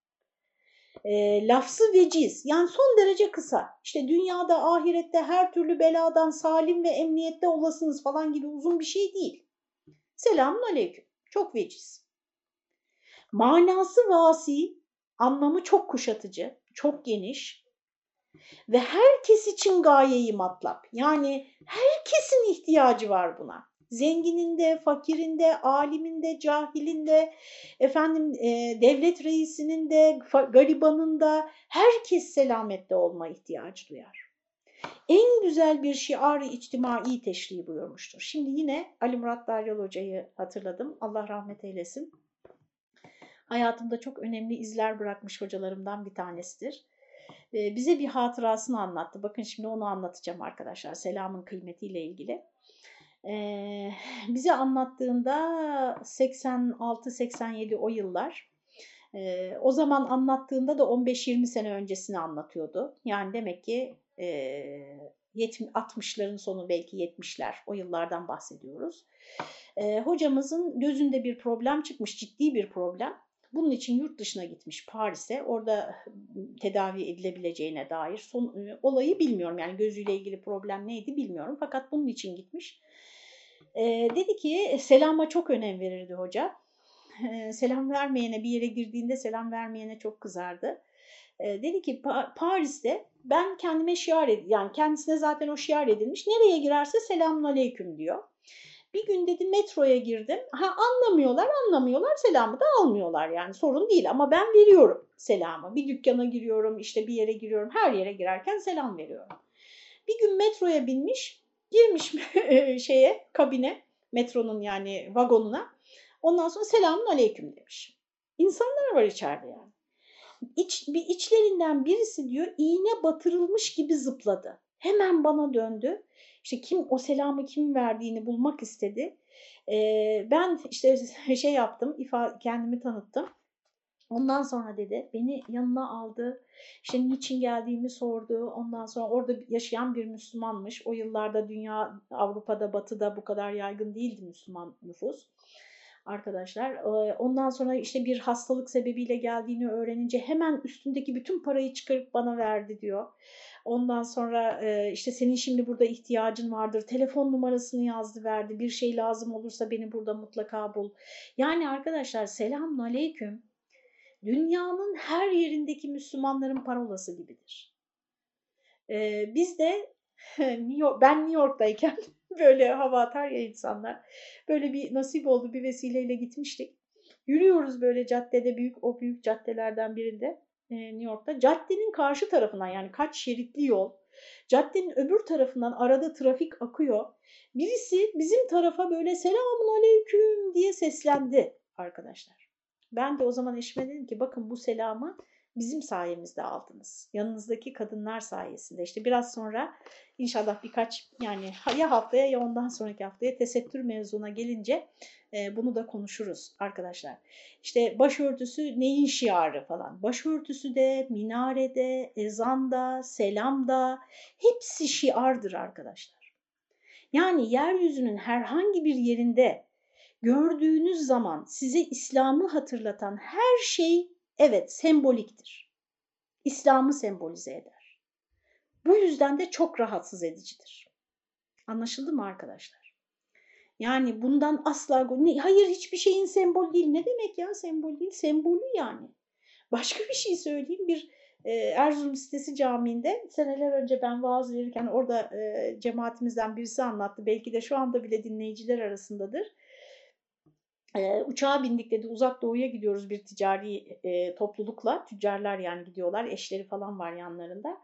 Lafzı veciz yani son derece kısa işte dünyada ahirette her türlü beladan salim ve emniyette olasınız falan gibi uzun bir şey değil. Selamun aleyküm. Çok veciz. Manası vasi, anlamı çok kuşatıcı, çok geniş ve herkes için gaye-i matlap. Yani herkesin ihtiyacı var buna. Zengininde, fakirinde, aliminde, cahilinde, devlet reisinin de, garibanın da herkes selamette olma ihtiyacı duyar. En güzel bir şiar-ı içtimai teşri buyurmuştur. Şimdi yine Ali Murat Daryal Hoca'yı hatırladım. Allah rahmet eylesin. Hayatımda çok önemli izler bırakmış hocalarımdan bir tanesidir. Bize bir hatırasını anlattı. Bakın şimdi onu anlatacağım arkadaşlar. Selamın kıymetiyle ilgili. Bize anlattığında 86-87 o yıllar. O zaman anlattığında da 15-20 sene öncesini anlatıyordu. Yani demek ki 60'ların sonu, belki 70'ler, o yıllardan bahsediyoruz. Hocamızın gözünde bir problem çıkmış, ciddi bir problem. Bunun için yurt dışına gitmiş, Paris'e. Orada tedavi edilebileceğine dair olayı bilmiyorum. Yani gözüyle ilgili problem neydi bilmiyorum. Fakat bunun için gitmiş. Dedi ki selama çok önem verirdi hoca. Selam vermeyene, bir yere girdiğinde selam vermeyene çok kızardı. Dedi ki Paris'te ben kendime şiar yani kendisine zaten o şiar edilmiş. Nereye girerse selamun aleyküm diyor. Bir gün dedi metroya girdim. Anlamıyorlar selamı da almıyorlar, yani sorun değil, ama ben veriyorum selamı. Bir dükkana giriyorum, işte bir yere giriyorum, her yere girerken selam veriyorum. Bir gün metroya binmiş, girmiş kabine, metronun yani vagonuna. Ondan sonra selamun aleyküm demiş. İnsanlar var içeride yani. İçlerinden birisi diyor iğne batırılmış gibi zıpladı. Hemen bana döndü. İşte o selamı kim verdiğini bulmak istedi. Ben işte yaptım, kendimi tanıttım. Ondan sonra dedi beni yanına aldı. İşte niçin geldiğimi sordu. Ondan sonra orada yaşayan bir Müslümanmış. O yıllarda dünya, Avrupa'da, Batı'da bu kadar yaygın değildi Müslüman nüfus. Arkadaşlar ondan sonra işte bir hastalık sebebiyle geldiğini öğrenince hemen üstündeki bütün parayı çıkarıp bana verdi diyor. Ondan sonra işte senin şimdi burada ihtiyacın vardır. Telefon numarasını yazdı verdi. Bir şey lazım olursa beni burada mutlaka bul. Yani arkadaşlar selamun aleyküm dünyanın her yerindeki Müslümanların parolası gibidir. Biz de ben New York'tayken böyle hava atar ya insanlar. Böyle bir nasip oldu, bir vesileyle gitmiştik. Yürüyoruz böyle caddede, o büyük caddelerden birinde New York'ta. Caddenin karşı tarafından, yani kaç şeritli yol. Caddenin öbür tarafından arada trafik akıyor. Birisi bizim tarafa böyle selamun aleyküm diye seslendi arkadaşlar. Ben de o zaman eşime dedim ki bakın bu selamı bizim sayemizde aldınız. Yanınızdaki kadınlar sayesinde. İşte biraz sonra inşallah yani ya haftaya ya ondan sonraki haftaya tesettür mevzuna gelince bunu da konuşuruz arkadaşlar. İşte başörtüsü neyin şiarı falan. Başörtüsü de, minarede, ezanda, selamda hepsi şiardır arkadaşlar. Yani yeryüzünün herhangi bir yerinde gördüğünüz zaman size İslam'ı hatırlatan her şey evet semboliktir. İslam'ı sembolize eder. Bu yüzden de çok rahatsız edicidir. Anlaşıldı mı arkadaşlar? Yani bundan asla hayır hiçbir şeyin sembol değil. Ne demek ya sembol değil? Sembolü yani. Başka bir şey söyleyeyim. Bir Erzurum Sitesi Camii'nde seneler önce ben vaaz verirken orada cemaatimizden birisi anlattı. Belki de şu anda bile dinleyiciler arasındadır. Uçağa bindik dedi, uzak doğuya gidiyoruz bir ticari toplulukla. Tüccarlar yani gidiyorlar, eşleri falan var yanlarında.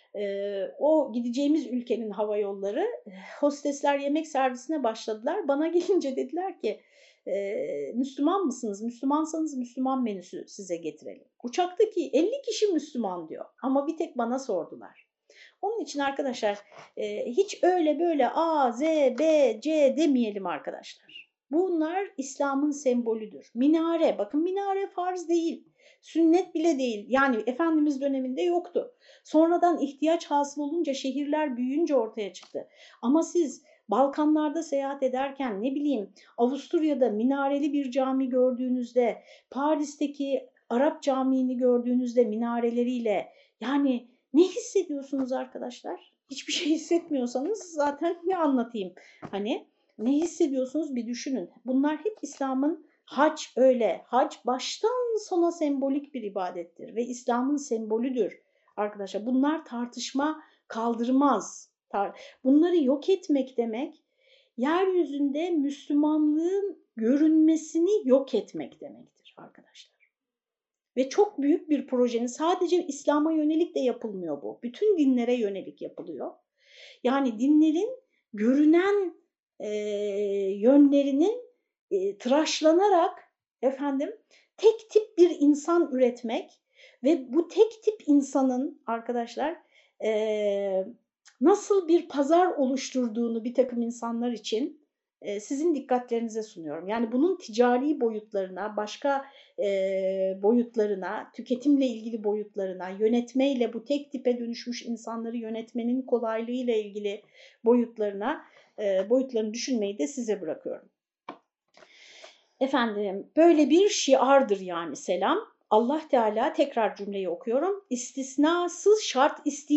O gideceğimiz ülkenin hava yolları, hostesler yemek servisine başladılar. Bana gelince dediler ki Müslüman mısınız? Müslümansanız Müslüman menüsü size getirelim. Uçaktaki 50 kişi Müslüman diyor ama bir tek bana sordular. Onun için arkadaşlar hiç öyle böyle A, Z, B, C demeyelim arkadaşlar. Bunlar İslam'ın sembolüdür. Minare, bakın minare farz değil, sünnet bile değil. Yani Efendimiz döneminde yoktu. Sonradan ihtiyaç hasıl olunca, şehirler büyüyünce ortaya çıktı. Ama siz Balkanlarda seyahat ederken, ne bileyim Avusturya'da minareli bir cami gördüğünüzde, Paris'teki Arap Camii'ni gördüğünüzde minareleriyle, yani ne hissediyorsunuz arkadaşlar? Hiçbir şey hissetmiyorsanız zaten ne anlatayım? Hani ne hissediyorsunuz bir düşünün. Bunlar hep İslam'ın, hac öyle. Hac baştan sona sembolik bir ibadettir ve İslam'ın sembolüdür arkadaşlar. Bunlar tartışma kaldırmaz. Bunları yok etmek demek, yeryüzünde Müslümanlığın görünmesini yok etmek demektir arkadaşlar. Ve çok büyük bir projenin, sadece İslam'a yönelik de yapılmıyor bu. Bütün dinlere yönelik yapılıyor. Yani dinlerin görünen yönlerinin tıraşlanarak tek tip bir insan üretmek ve bu tek tip insanın arkadaşlar nasıl bir pazar oluşturduğunu bir takım insanlar için sizin dikkatlerinize sunuyorum. Yani bunun ticari boyutlarına, başka boyutlarına, tüketimle ilgili boyutlarına, yönetmeyle bu tek tipe dönüşmüş insanları yönetmenin kolaylığıyla ilgili boyutlarını düşünmeyi de size bırakıyorum. Böyle bir şiardır yani selam. Allah Teala, tekrar cümleyi okuyorum. İstisnasız şart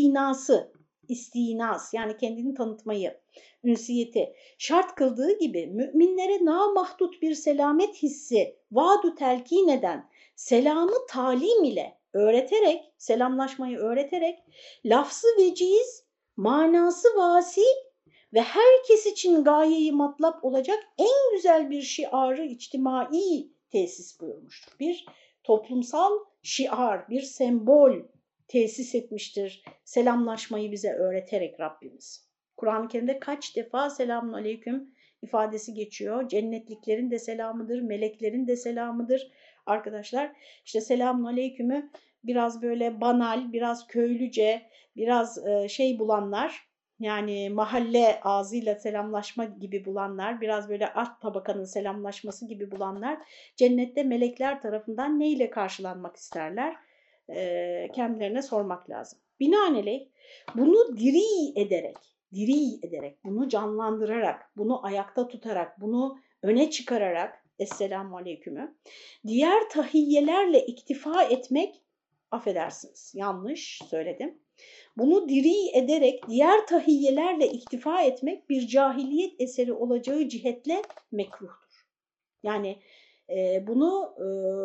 istinas yani kendini tanıtmayı, ünsiyeti şart kıldığı gibi müminlere namahdut bir selamet hissi vaadu telkin eden selamı talim ile öğreterek, selamlaşmayı öğreterek lafzı veciz, manası vasi ve herkes için gayeyi matlap olacak en güzel bir şiarı içtimai tesis buyurmuştur. Bir toplumsal şiar, bir sembol tesis etmiştir selamlaşmayı bize öğreterek Rabbimiz. Kur'an-ı Kerim'de kaç defa selamun aleyküm ifadesi geçiyor. Cennetliklerin de selamıdır, meleklerin de selamıdır. Arkadaşlar işte selamun aleykümü biraz böyle banal, biraz köylüce, biraz bulanlar, yani mahalle ağzıyla selamlaşma gibi bulanlar, biraz böyle alt tabakanın selamlaşması gibi bulanlar cennette melekler tarafından neyle karşılanmak isterler? Kendilerine sormak lazım. Binaenaleyh bunu diri ederek, bunu canlandırarak, bunu ayakta tutarak, bunu öne çıkararak Esselamu Aleyküm'ü diğer tahiyyelerle iktifa etmek, affedersiniz yanlış söyledim. Bunu diri ederek diğer tahiyyelerle iktifa etmek bir cahiliyet eseri olacağı cihetle mekruhtur. Yani bunu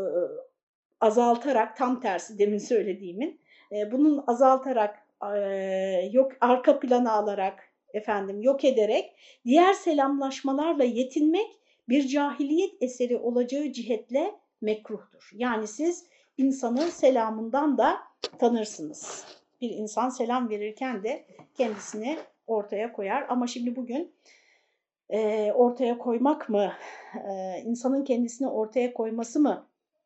azaltarak, tam tersi demin söylediğimin, bunun azaltarak, yok arka plana alarak, yok ederek diğer selamlaşmalarla yetinmek bir cahiliyet eseri olacağı cihetle mekruhtur. Yani siz insanın selamından da tanırsınız. Bir insan selam verirken de kendisini ortaya koyar. Ama şimdi bugün ortaya koymak mı, insanın kendisini ortaya koyması mı,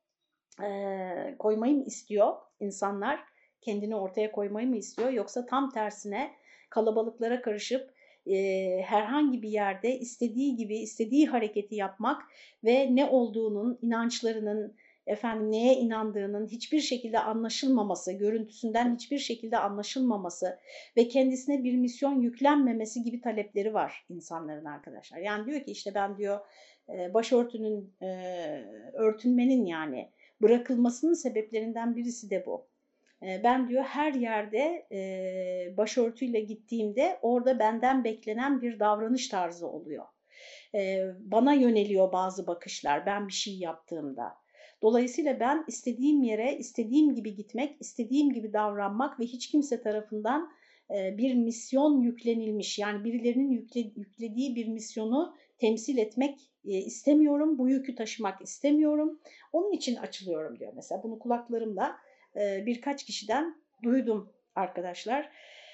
koymayı mı istiyor insanlar? Kendini ortaya koymayı mı istiyor? Yoksa tam tersine kalabalıklara karışıp herhangi bir yerde istediği gibi istediği hareketi yapmak ve ne olduğunun, inançlarının, neye inandığının hiçbir şekilde anlaşılmaması, görüntüsünden hiçbir şekilde anlaşılmaması ve kendisine bir misyon yüklenmemesi gibi talepleri var insanların arkadaşlar. Yani diyor ki işte ben diyor başörtünün, örtünmenin yani bırakılmasının sebeplerinden birisi de bu. Ben diyor her yerde başörtüyle gittiğimde orada benden beklenen bir davranış tarzı oluyor. Bana yöneliyor bazı bakışlar ben bir şey yaptığımda. Dolayısıyla ben istediğim yere istediğim gibi gitmek, istediğim gibi davranmak ve hiç kimse tarafından bir misyon yüklenilmiş, yani birilerinin yüklediği bir misyonu temsil etmek istemiyorum, bu yükü taşımak istemiyorum. Onun için açılıyorum diyor mesela. Bunu kulaklarımla birkaç kişiden duydum arkadaşlar.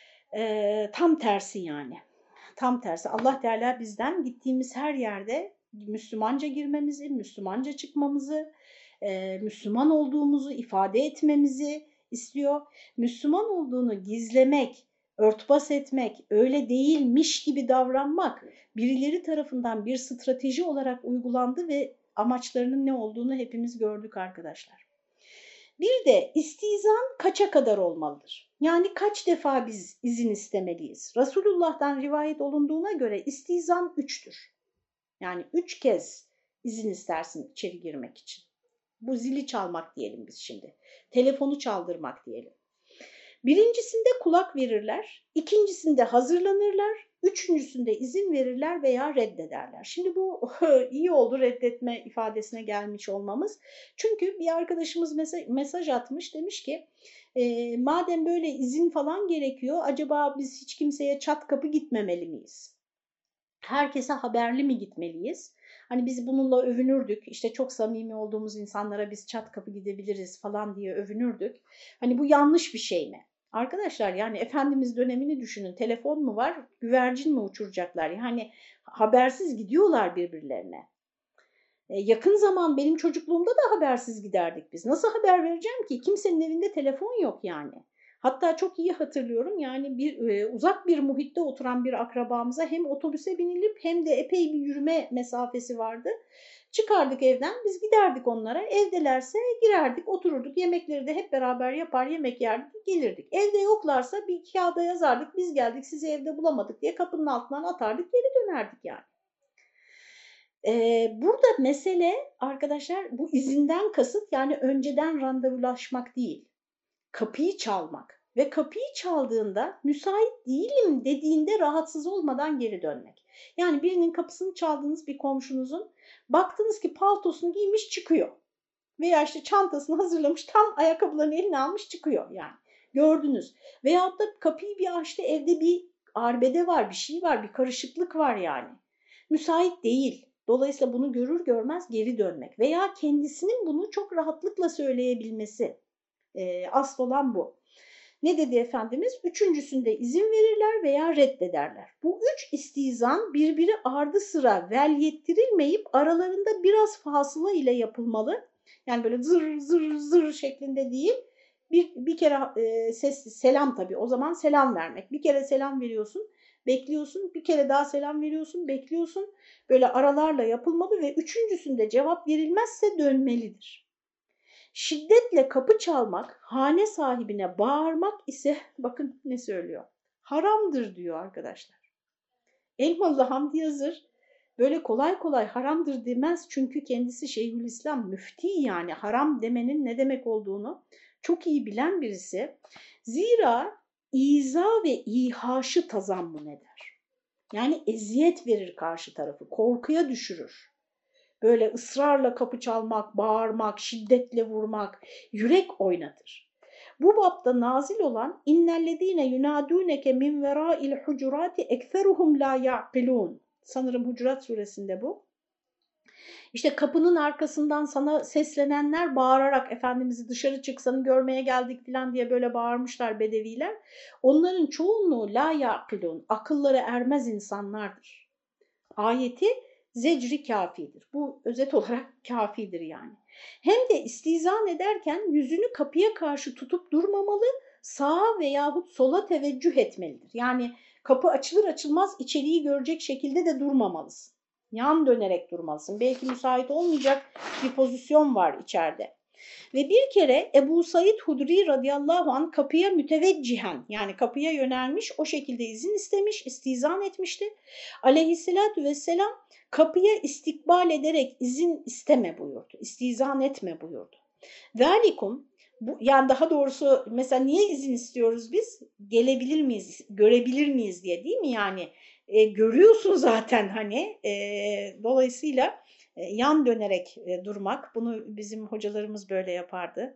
Tam tersi yani. Tam tersi. Allah Teala bizden gittiğimiz her yerde Müslümanca girmemizi, Müslümanca çıkmamızı, Müslüman olduğumuzu ifade etmemizi istiyor. Müslüman olduğunu gizlemek, örtbas etmek, öyle değilmiş gibi davranmak birileri tarafından bir strateji olarak uygulandı ve amaçlarının ne olduğunu hepimiz gördük arkadaşlar. Bir de istizan kaça kadar olmalıdır? Yani kaç defa biz izin istemeliyiz? Resulullah'tan rivayet olunduğuna göre istizan 3'tür. Yani 3 kez izin istersin içeri girmek için. Bu zili çalmak diyelim biz şimdi. Telefonu çaldırmak diyelim. Birincisinde kulak verirler, ikincisinde hazırlanırlar, üçüncüsünde izin verirler veya reddederler. Şimdi bu iyi oldu reddetme ifadesine gelmiş olmamız. Çünkü bir arkadaşımız mesaj atmış, demiş ki madem böyle izin falan gerekiyor, acaba biz hiç kimseye çat kapı gitmemeli miyiz? Herkese haberli mi gitmeliyiz? Hani biz bununla övünürdük, işte çok samimi olduğumuz insanlara biz çat kapı gidebiliriz falan diye övünürdük. Hani bu yanlış bir şey mi? Arkadaşlar yani Efendimiz dönemini düşünün. Telefon mu var, güvercin mi uçuracaklar? Yani habersiz gidiyorlar birbirlerine. Yakın zaman benim çocukluğumda da habersiz giderdik biz. Nasıl haber vereceğim ki? Kimsenin evinde telefon yok yani. Hatta çok iyi hatırlıyorum yani uzak bir muhitte oturan bir akrabamıza hem otobüse binilip hem de epey bir yürüme mesafesi vardı. Çıkardık evden, biz giderdik onlara. Evdelerse girerdik, otururduk. Yemekleri de hep beraber yapar, yemek yerdik, gelirdik. Evde yoklarsa bir kağıda yazardık. Biz geldik, sizi evde bulamadık diye kapının altından atardık, geri dönerdik yani. Burada mesele arkadaşlar bu izinden kasıt yani önceden randevulaşmak değil. Kapıyı çalmak ve kapıyı çaldığında müsait değilim dediğinde rahatsız olmadan geri dönmek. Yani birinin kapısını çaldığınız bir komşunuzun baktınız ki paltosunu giymiş çıkıyor veya işte çantasını hazırlamış tam ayakkabılarını eline almış çıkıyor yani gördünüz. Veyahut da kapıyı bir açtı evde bir arbede var bir şey var bir karışıklık var yani müsait değil. Dolayısıyla bunu görür görmez geri dönmek veya kendisinin bunu çok rahatlıkla söyleyebilmesi. Asıl olan bu. Ne dedi Efendimiz? Üçüncüsünde izin verirler veya reddederler. Bu üç istizan birbiri ardı sıra vel yettirilmeyip aralarında biraz fasıla ile yapılmalı. Yani böyle zır zır zır şeklinde değil. Bir kere selam tabii o zaman selam vermek. Bir kere selam veriyorsun, bekliyorsun. Bir kere daha selam veriyorsun, bekliyorsun. Böyle aralarla yapılmalı ve üçüncüsünde cevap verilmezse dönmelidir. Şiddetle kapı çalmak, hane sahibine bağırmak ise bakın ne söylüyor. Haramdır diyor arkadaşlar. Elmalı Hamdi Yazır böyle kolay kolay haramdır demez çünkü kendisi Şeyhülislam müfti yani haram demenin ne demek olduğunu çok iyi bilen birisi. Zira iza ve ihaşı tazammun eder. Yani eziyet verir karşı tarafı, korkuya düşürür. Böyle ısrarla kapı çalmak, bağırmak, şiddetle vurmak, yürek oynatır. Bu bapta nazil olan innellezine yunaduneke min vera'il hucurati ekseruhum la ya'qilun. Sanırım Hucurat suresinde bu. İşte kapının arkasından sana seslenenler bağırarak Efendimiz'i dışarı çıksanı görmeye geldik falan diye böyle bağırmışlar bedeviler. Onların çoğunluğu la ya'qilun, akılları ermez insanlardır. Ayeti zecri kafidir. Bu özet olarak kafidir yani. Hem de istizan ederken yüzünü kapıya karşı tutup durmamalı, sağa veyahut sola teveccüh etmelidir. Yani kapı açılır açılmaz içeriği görecek şekilde de durmamalısın. Yan dönerek durmalısın. Belki müsait olmayacak bir pozisyon var içeride. Ve bir kere Ebu Said Hudri radıyallahu anh kapıya müteveccihen yani kapıya yönelmiş o şekilde izin istemiş, istizan etmişti. Aleyhissalatü vesselam kapıya istikbal ederek izin isteme buyurdu, istizan etme buyurdu. Velikum yani daha doğrusu mesela niye izin istiyoruz biz? Gelebilir miyiz, görebilir miyiz diye değil mi yani? Görüyorsun zaten hani dolayısıyla yan dönerek durmak. Bunu bizim hocalarımız böyle yapardı.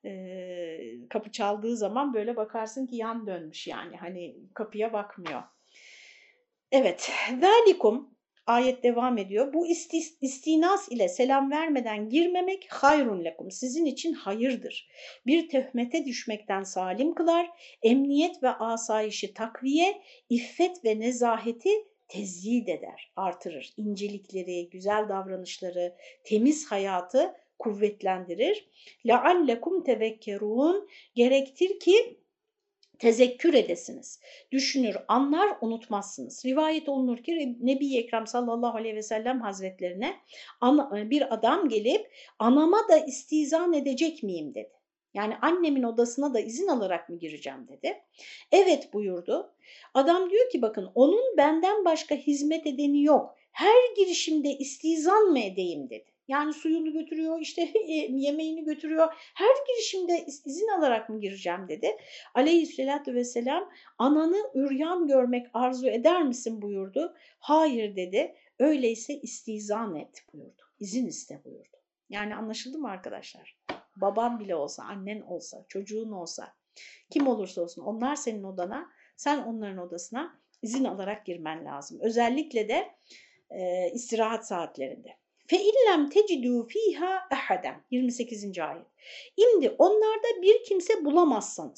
Kapı çaldığı zaman böyle bakarsın ki yan dönmüş yani hani kapıya bakmıyor. Evet, zalikum ayet devam ediyor. Bu istinas ile selam vermeden girmemek hayrun lekum. Sizin için hayırdır. Bir töhmete düşmekten salim kılar, emniyet ve asayişi takviye, iffet ve nezaheti tezyid eder, artırır. İncelikleri, güzel davranışları, temiz hayatı kuvvetlendirir. Leallekum tevekkerun gerektir ki tezekkür edesiniz. Düşünür, anlar, unutmazsınız. Rivayet olunur ki Nebi-i Ekrem sallallahu aleyhi ve sellem hazretlerine bir adam gelip anama da istizan edecek miyim dedi. Yani annemin odasına da izin alarak mı gireceğim dedi. Evet buyurdu. Adam diyor ki bakın onun benden başka hizmet edeni yok. Her girişimde istizan mı edeyim dedi. Yani suyunu götürüyor, işte yemeğini götürüyor. Her girişimde izin alarak mı gireceğim dedi. Aleyhisselatü vesselam ananı üryan görmek arzu eder misin buyurdu. Hayır dedi. Öyleyse istizan et buyurdu. İzin iste buyurdu. Yani anlaşıldı mı arkadaşlar? Baban bile olsa, annen olsa, çocuğun olsa, kim olursa olsun onlar senin odana, sen onların odasına izin alarak girmen lazım. Özellikle de istirahat saatlerinde. فَاِلَّمْ تَجِدُوا ف۪يهَا اَحَدًا 28. ayet. Şimdi onlarda bir kimse bulamazsanız,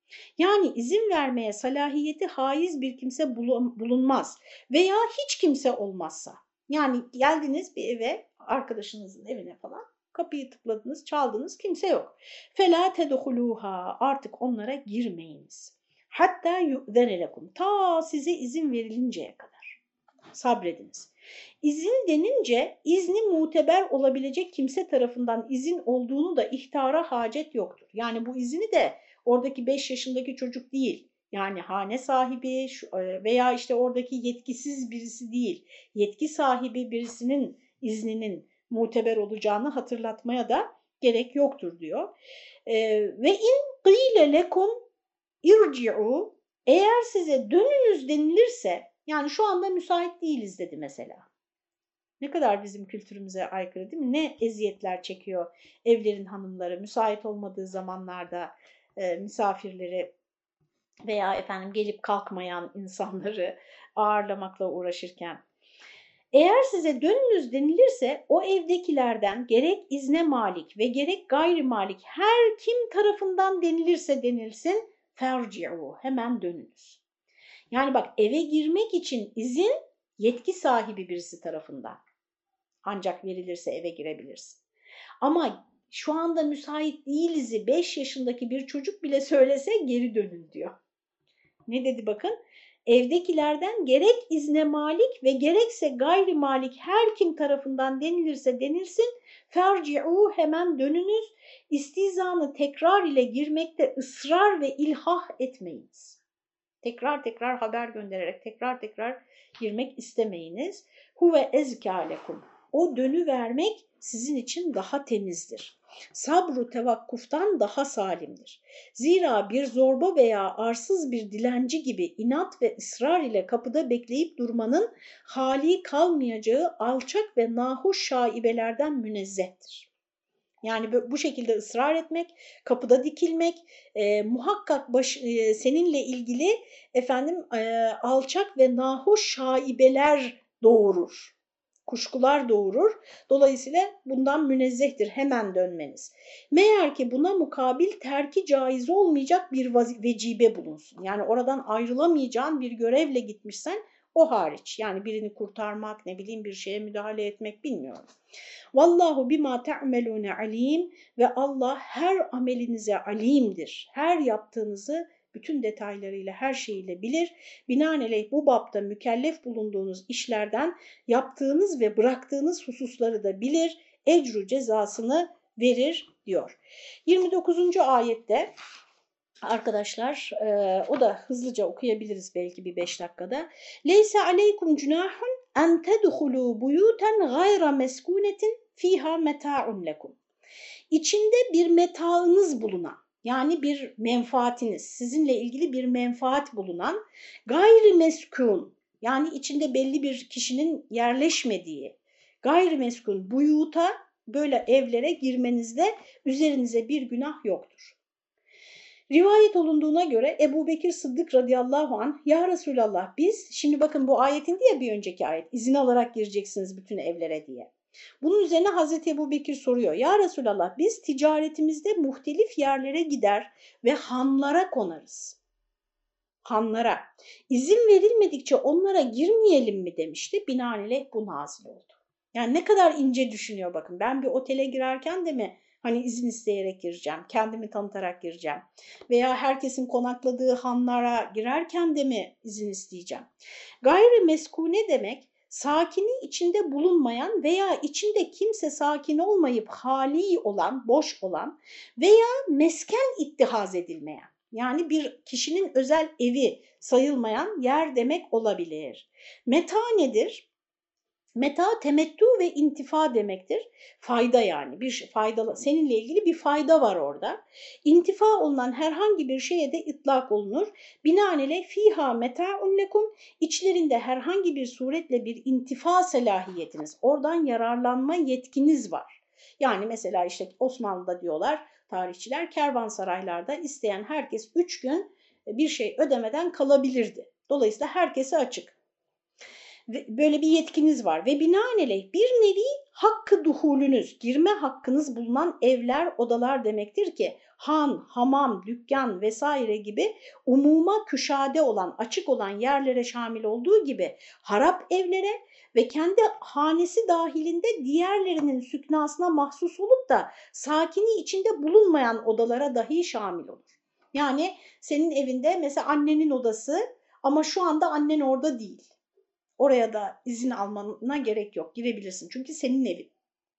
Yani izin vermeye salahiyeti haiz bir kimse bulunmaz veya hiç kimse olmazsa. Yani geldiniz bir eve, arkadaşınızın evine falan, kapıyı tıkladınız, çaldınız, kimse yok. فَلَا تَدْخُلُوهَا Artık onlara girmeyiniz. Hatta yu'zene lekum. Ta size izin verilinceye kadar. Sabrediniz. İzin denince izni muteber olabilecek kimse tarafından izin olduğunu da ihtara hacet yoktur. Yani bu izini de oradaki 5 yaşındaki çocuk değil. Yani hane sahibi veya işte oradaki yetkisiz birisi değil. Yetki sahibi birisinin izninin muteber olacağını hatırlatmaya da gerek yoktur diyor. Ve in qîle lekum irci'u Eğer size dönünüz denilirse, yani şu anda müsait değiliz dedi mesela. Ne kadar bizim kültürümüze aykırı değil mi? Ne eziyetler çekiyor evlerin hanımları müsait olmadığı zamanlarda misafirleri veya efendim gelip kalkmayan insanları ağırlamakla uğraşırken. Eğer size dönünüz denilirse o evdekilerden gerek izne malik ve gerek gayri malik her kim tarafından denilirse denilsin ferci'u hemen dönünüz. Yani bak, eve girmek için izin yetki sahibi birisi tarafından ancak verilirse eve girebilirsin. Ama şu anda müsait değiliz'i 5 yaşındaki bir çocuk bile söylese geri dönün diyor. Ne dedi bakın? Evdekilerden gerek izne malik ve gerekse gayri malik her kim tarafından denilirse denilsin ferci'u hemen dönünüz, istizanı tekrar ile girmekte ısrar ve ilhah etmeyiniz. Tekrar tekrar haber göndererek tekrar tekrar girmek istemeyiniz. Huve ezkâ lekum. O dönüvermek sizin için daha temizdir. Sabru tevakkuftan daha salimdir. Zira bir zorba veya arsız bir dilenci gibi inat ve ısrar ile kapıda bekleyip durmanın hali kalmayacağı alçak ve nahoş şaibelerden münezzehtir. Yani bu şekilde ısrar etmek, kapıda dikilmek muhakkak seninle ilgili alçak ve nahoş şaibeler doğurur. Kuşkular doğurur. Dolayısıyla bundan münezzehtir hemen dönmeniz. Meğer ki buna mukabil terki caiz olmayacak bir vecibe bulunsun. Yani oradan ayrılamayacağın bir görevle gitmişsen o hariç. Yani birini kurtarmak, ne bileyim bir şeye müdahale etmek, bilmiyorum. Vallahu bima ta'melune alim ve Allah her amelinize alimdir. Her yaptığınızı bütün detaylarıyla, her şeyiyle bilir. Binaenaleyh bu bapta mükellef bulunduğunuz işlerden yaptığınız ve bıraktığınız hususları da bilir. Ecru cezasını verir diyor. 29. ayette arkadaşlar o da hızlıca okuyabiliriz belki bir 5 dakikada. Leyse aleykum cunahun en tedhulu buyuten gayra meskunetin fiha meta'un lekum. İçinde bir metaınız bulunan, yani bir menfaatiniz, sizinle ilgili bir menfaat bulunan gayrimeskun, yani içinde belli bir kişinin yerleşmediği gayrimeskun buyuta, böyle evlere girmenizde üzerinize bir günah yoktur. Rivayet olunduğuna göre Ebu Bekir Sıddık radıyallahu anh, ya Resulallah biz, şimdi bakın bu ayetin diye bir önceki ayet, izin alarak gireceksiniz bütün evlere diye. Bunun üzerine Hazreti Ebu Bekir soruyor, ya Resulallah biz ticaretimizde muhtelif yerlere gider ve hanlara konarız. Hanlara. İzin verilmedikçe onlara girmeyelim mi demişti. Binaenaleyh bu nazil oldu. Yani ne kadar ince düşünüyor bakın. Ben bir otele girerken de mi hani izin isteyerek gireceğim, kendimi tanıtarak gireceğim veya herkesin konakladığı hanlara girerken de mi izin isteyeceğim? Gayrimeskune demek sakini içinde bulunmayan veya içinde kimse sakin olmayıp hali olan, boş olan veya mesken ittihaz edilmeyen. Yani bir kişinin özel evi sayılmayan yer demek olabilir. Meta nedir? Meta temettü ve intifa demektir. Fayda, yani bir faydalı, seninle ilgili bir fayda var orada. İntifa olunan herhangi bir şeye de itlak olunur. Binaenaleyh fiha meta'un lekum, içlerinde herhangi bir suretle bir intifa selahiyetiniz, oradan yararlanma yetkiniz var. Yani mesela işte Osmanlı'da diyorlar tarihçiler, kervansaraylarda isteyen herkes 3 gün bir şey ödemeden kalabilirdi. Dolayısıyla herkese açık. Böyle bir yetkiniz var ve binaenaleyh bir nevi hakkı duhulünüz, girme hakkınız bulunan evler, odalar demektir ki han, hamam, dükkan vesaire gibi umuma küşade olan, açık olan yerlere şamil olduğu gibi harap evlere ve kendi hanesi dahilinde diğerlerinin süknasına mahsus olup da sakini içinde bulunmayan odalara dahi şamil olur. Yani senin evinde mesela annenin odası ama şu anda annen orada değil. Oraya da izin almana gerek yok. Girebilirsin. Çünkü senin evin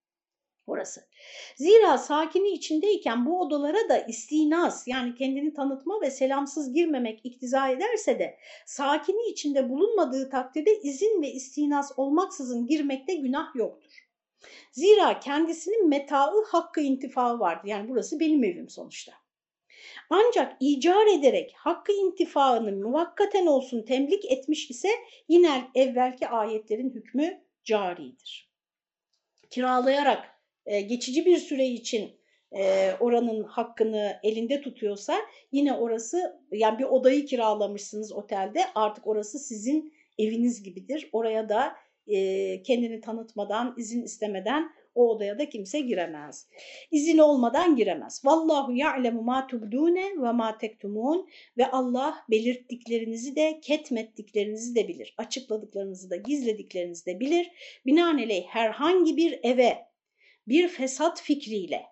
orası. Zira sakini içindeyken bu odalara da istinas yani kendini tanıtma ve selamsız girmemek iktiza ederse de sakini içinde bulunmadığı takdirde izin ve istinas olmaksızın girmekte günah yoktur. Zira kendisinin metaı hakkı intifaı vardır. Yani burası benim evim sonuçta. Ancak icar ederek hakkı intifaını muvakkaten olsun temlik etmiş ise yine evvelki ayetlerin hükmü caridir. Kiralayarak geçici bir süre için oranın hakkını elinde tutuyorsa yine orası yani bir odayı kiralamışsınız otelde artık orası sizin eviniz gibidir. Oraya da kendini tanıtmadan, izin istemeden o odaya da kimse giremez. İzin olmadan giremez. Vallahu ya'lemu ma tubdune ve ma tektumun ve Allah belirttiklerinizi de ketmettiklerinizi de bilir. Açıkladıklarınızı da gizlediklerinizi de bilir. Binaenaleyh herhangi bir eve bir fesat fikriyle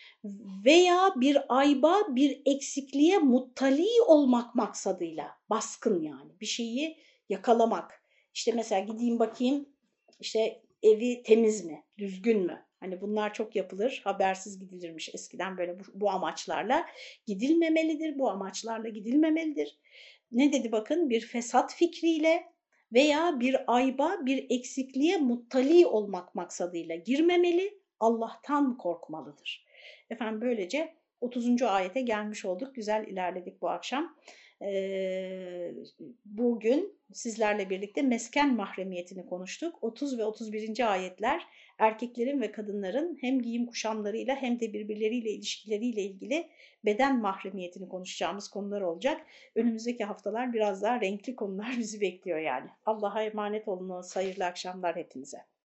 veya bir ayba bir eksikliğe muttali olmak maksadıyla baskın yani bir şeyi yakalamak. İşte mesela gideyim bakayım işte evi temiz mi, düzgün mü? Hani bunlar çok yapılır, habersiz gidilirmiş eskiden böyle bu amaçlarla gidilmemelidir, bu amaçlarla gidilmemelidir. Ne dedi bakın bir fesat fikriyle veya bir ayba bir eksikliğe muttali olmak maksadıyla girmemeli, Allah'tan korkmalıdır. Efendim böylece 30. ayete gelmiş olduk. Güzel ilerledik bu akşam. Bugün sizlerle birlikte mesken mahremiyetini konuştuk. 30 ve 31. ayetler erkeklerin ve kadınların hem giyim kuşamlarıyla hem de birbirleriyle ilişkileriyle ilgili beden mahremiyetini konuşacağımız konular olacak. Önümüzdeki haftalar biraz daha renkli konular bizi bekliyor yani. Allah'a emanet olun. Hayırlı akşamlar hepinize.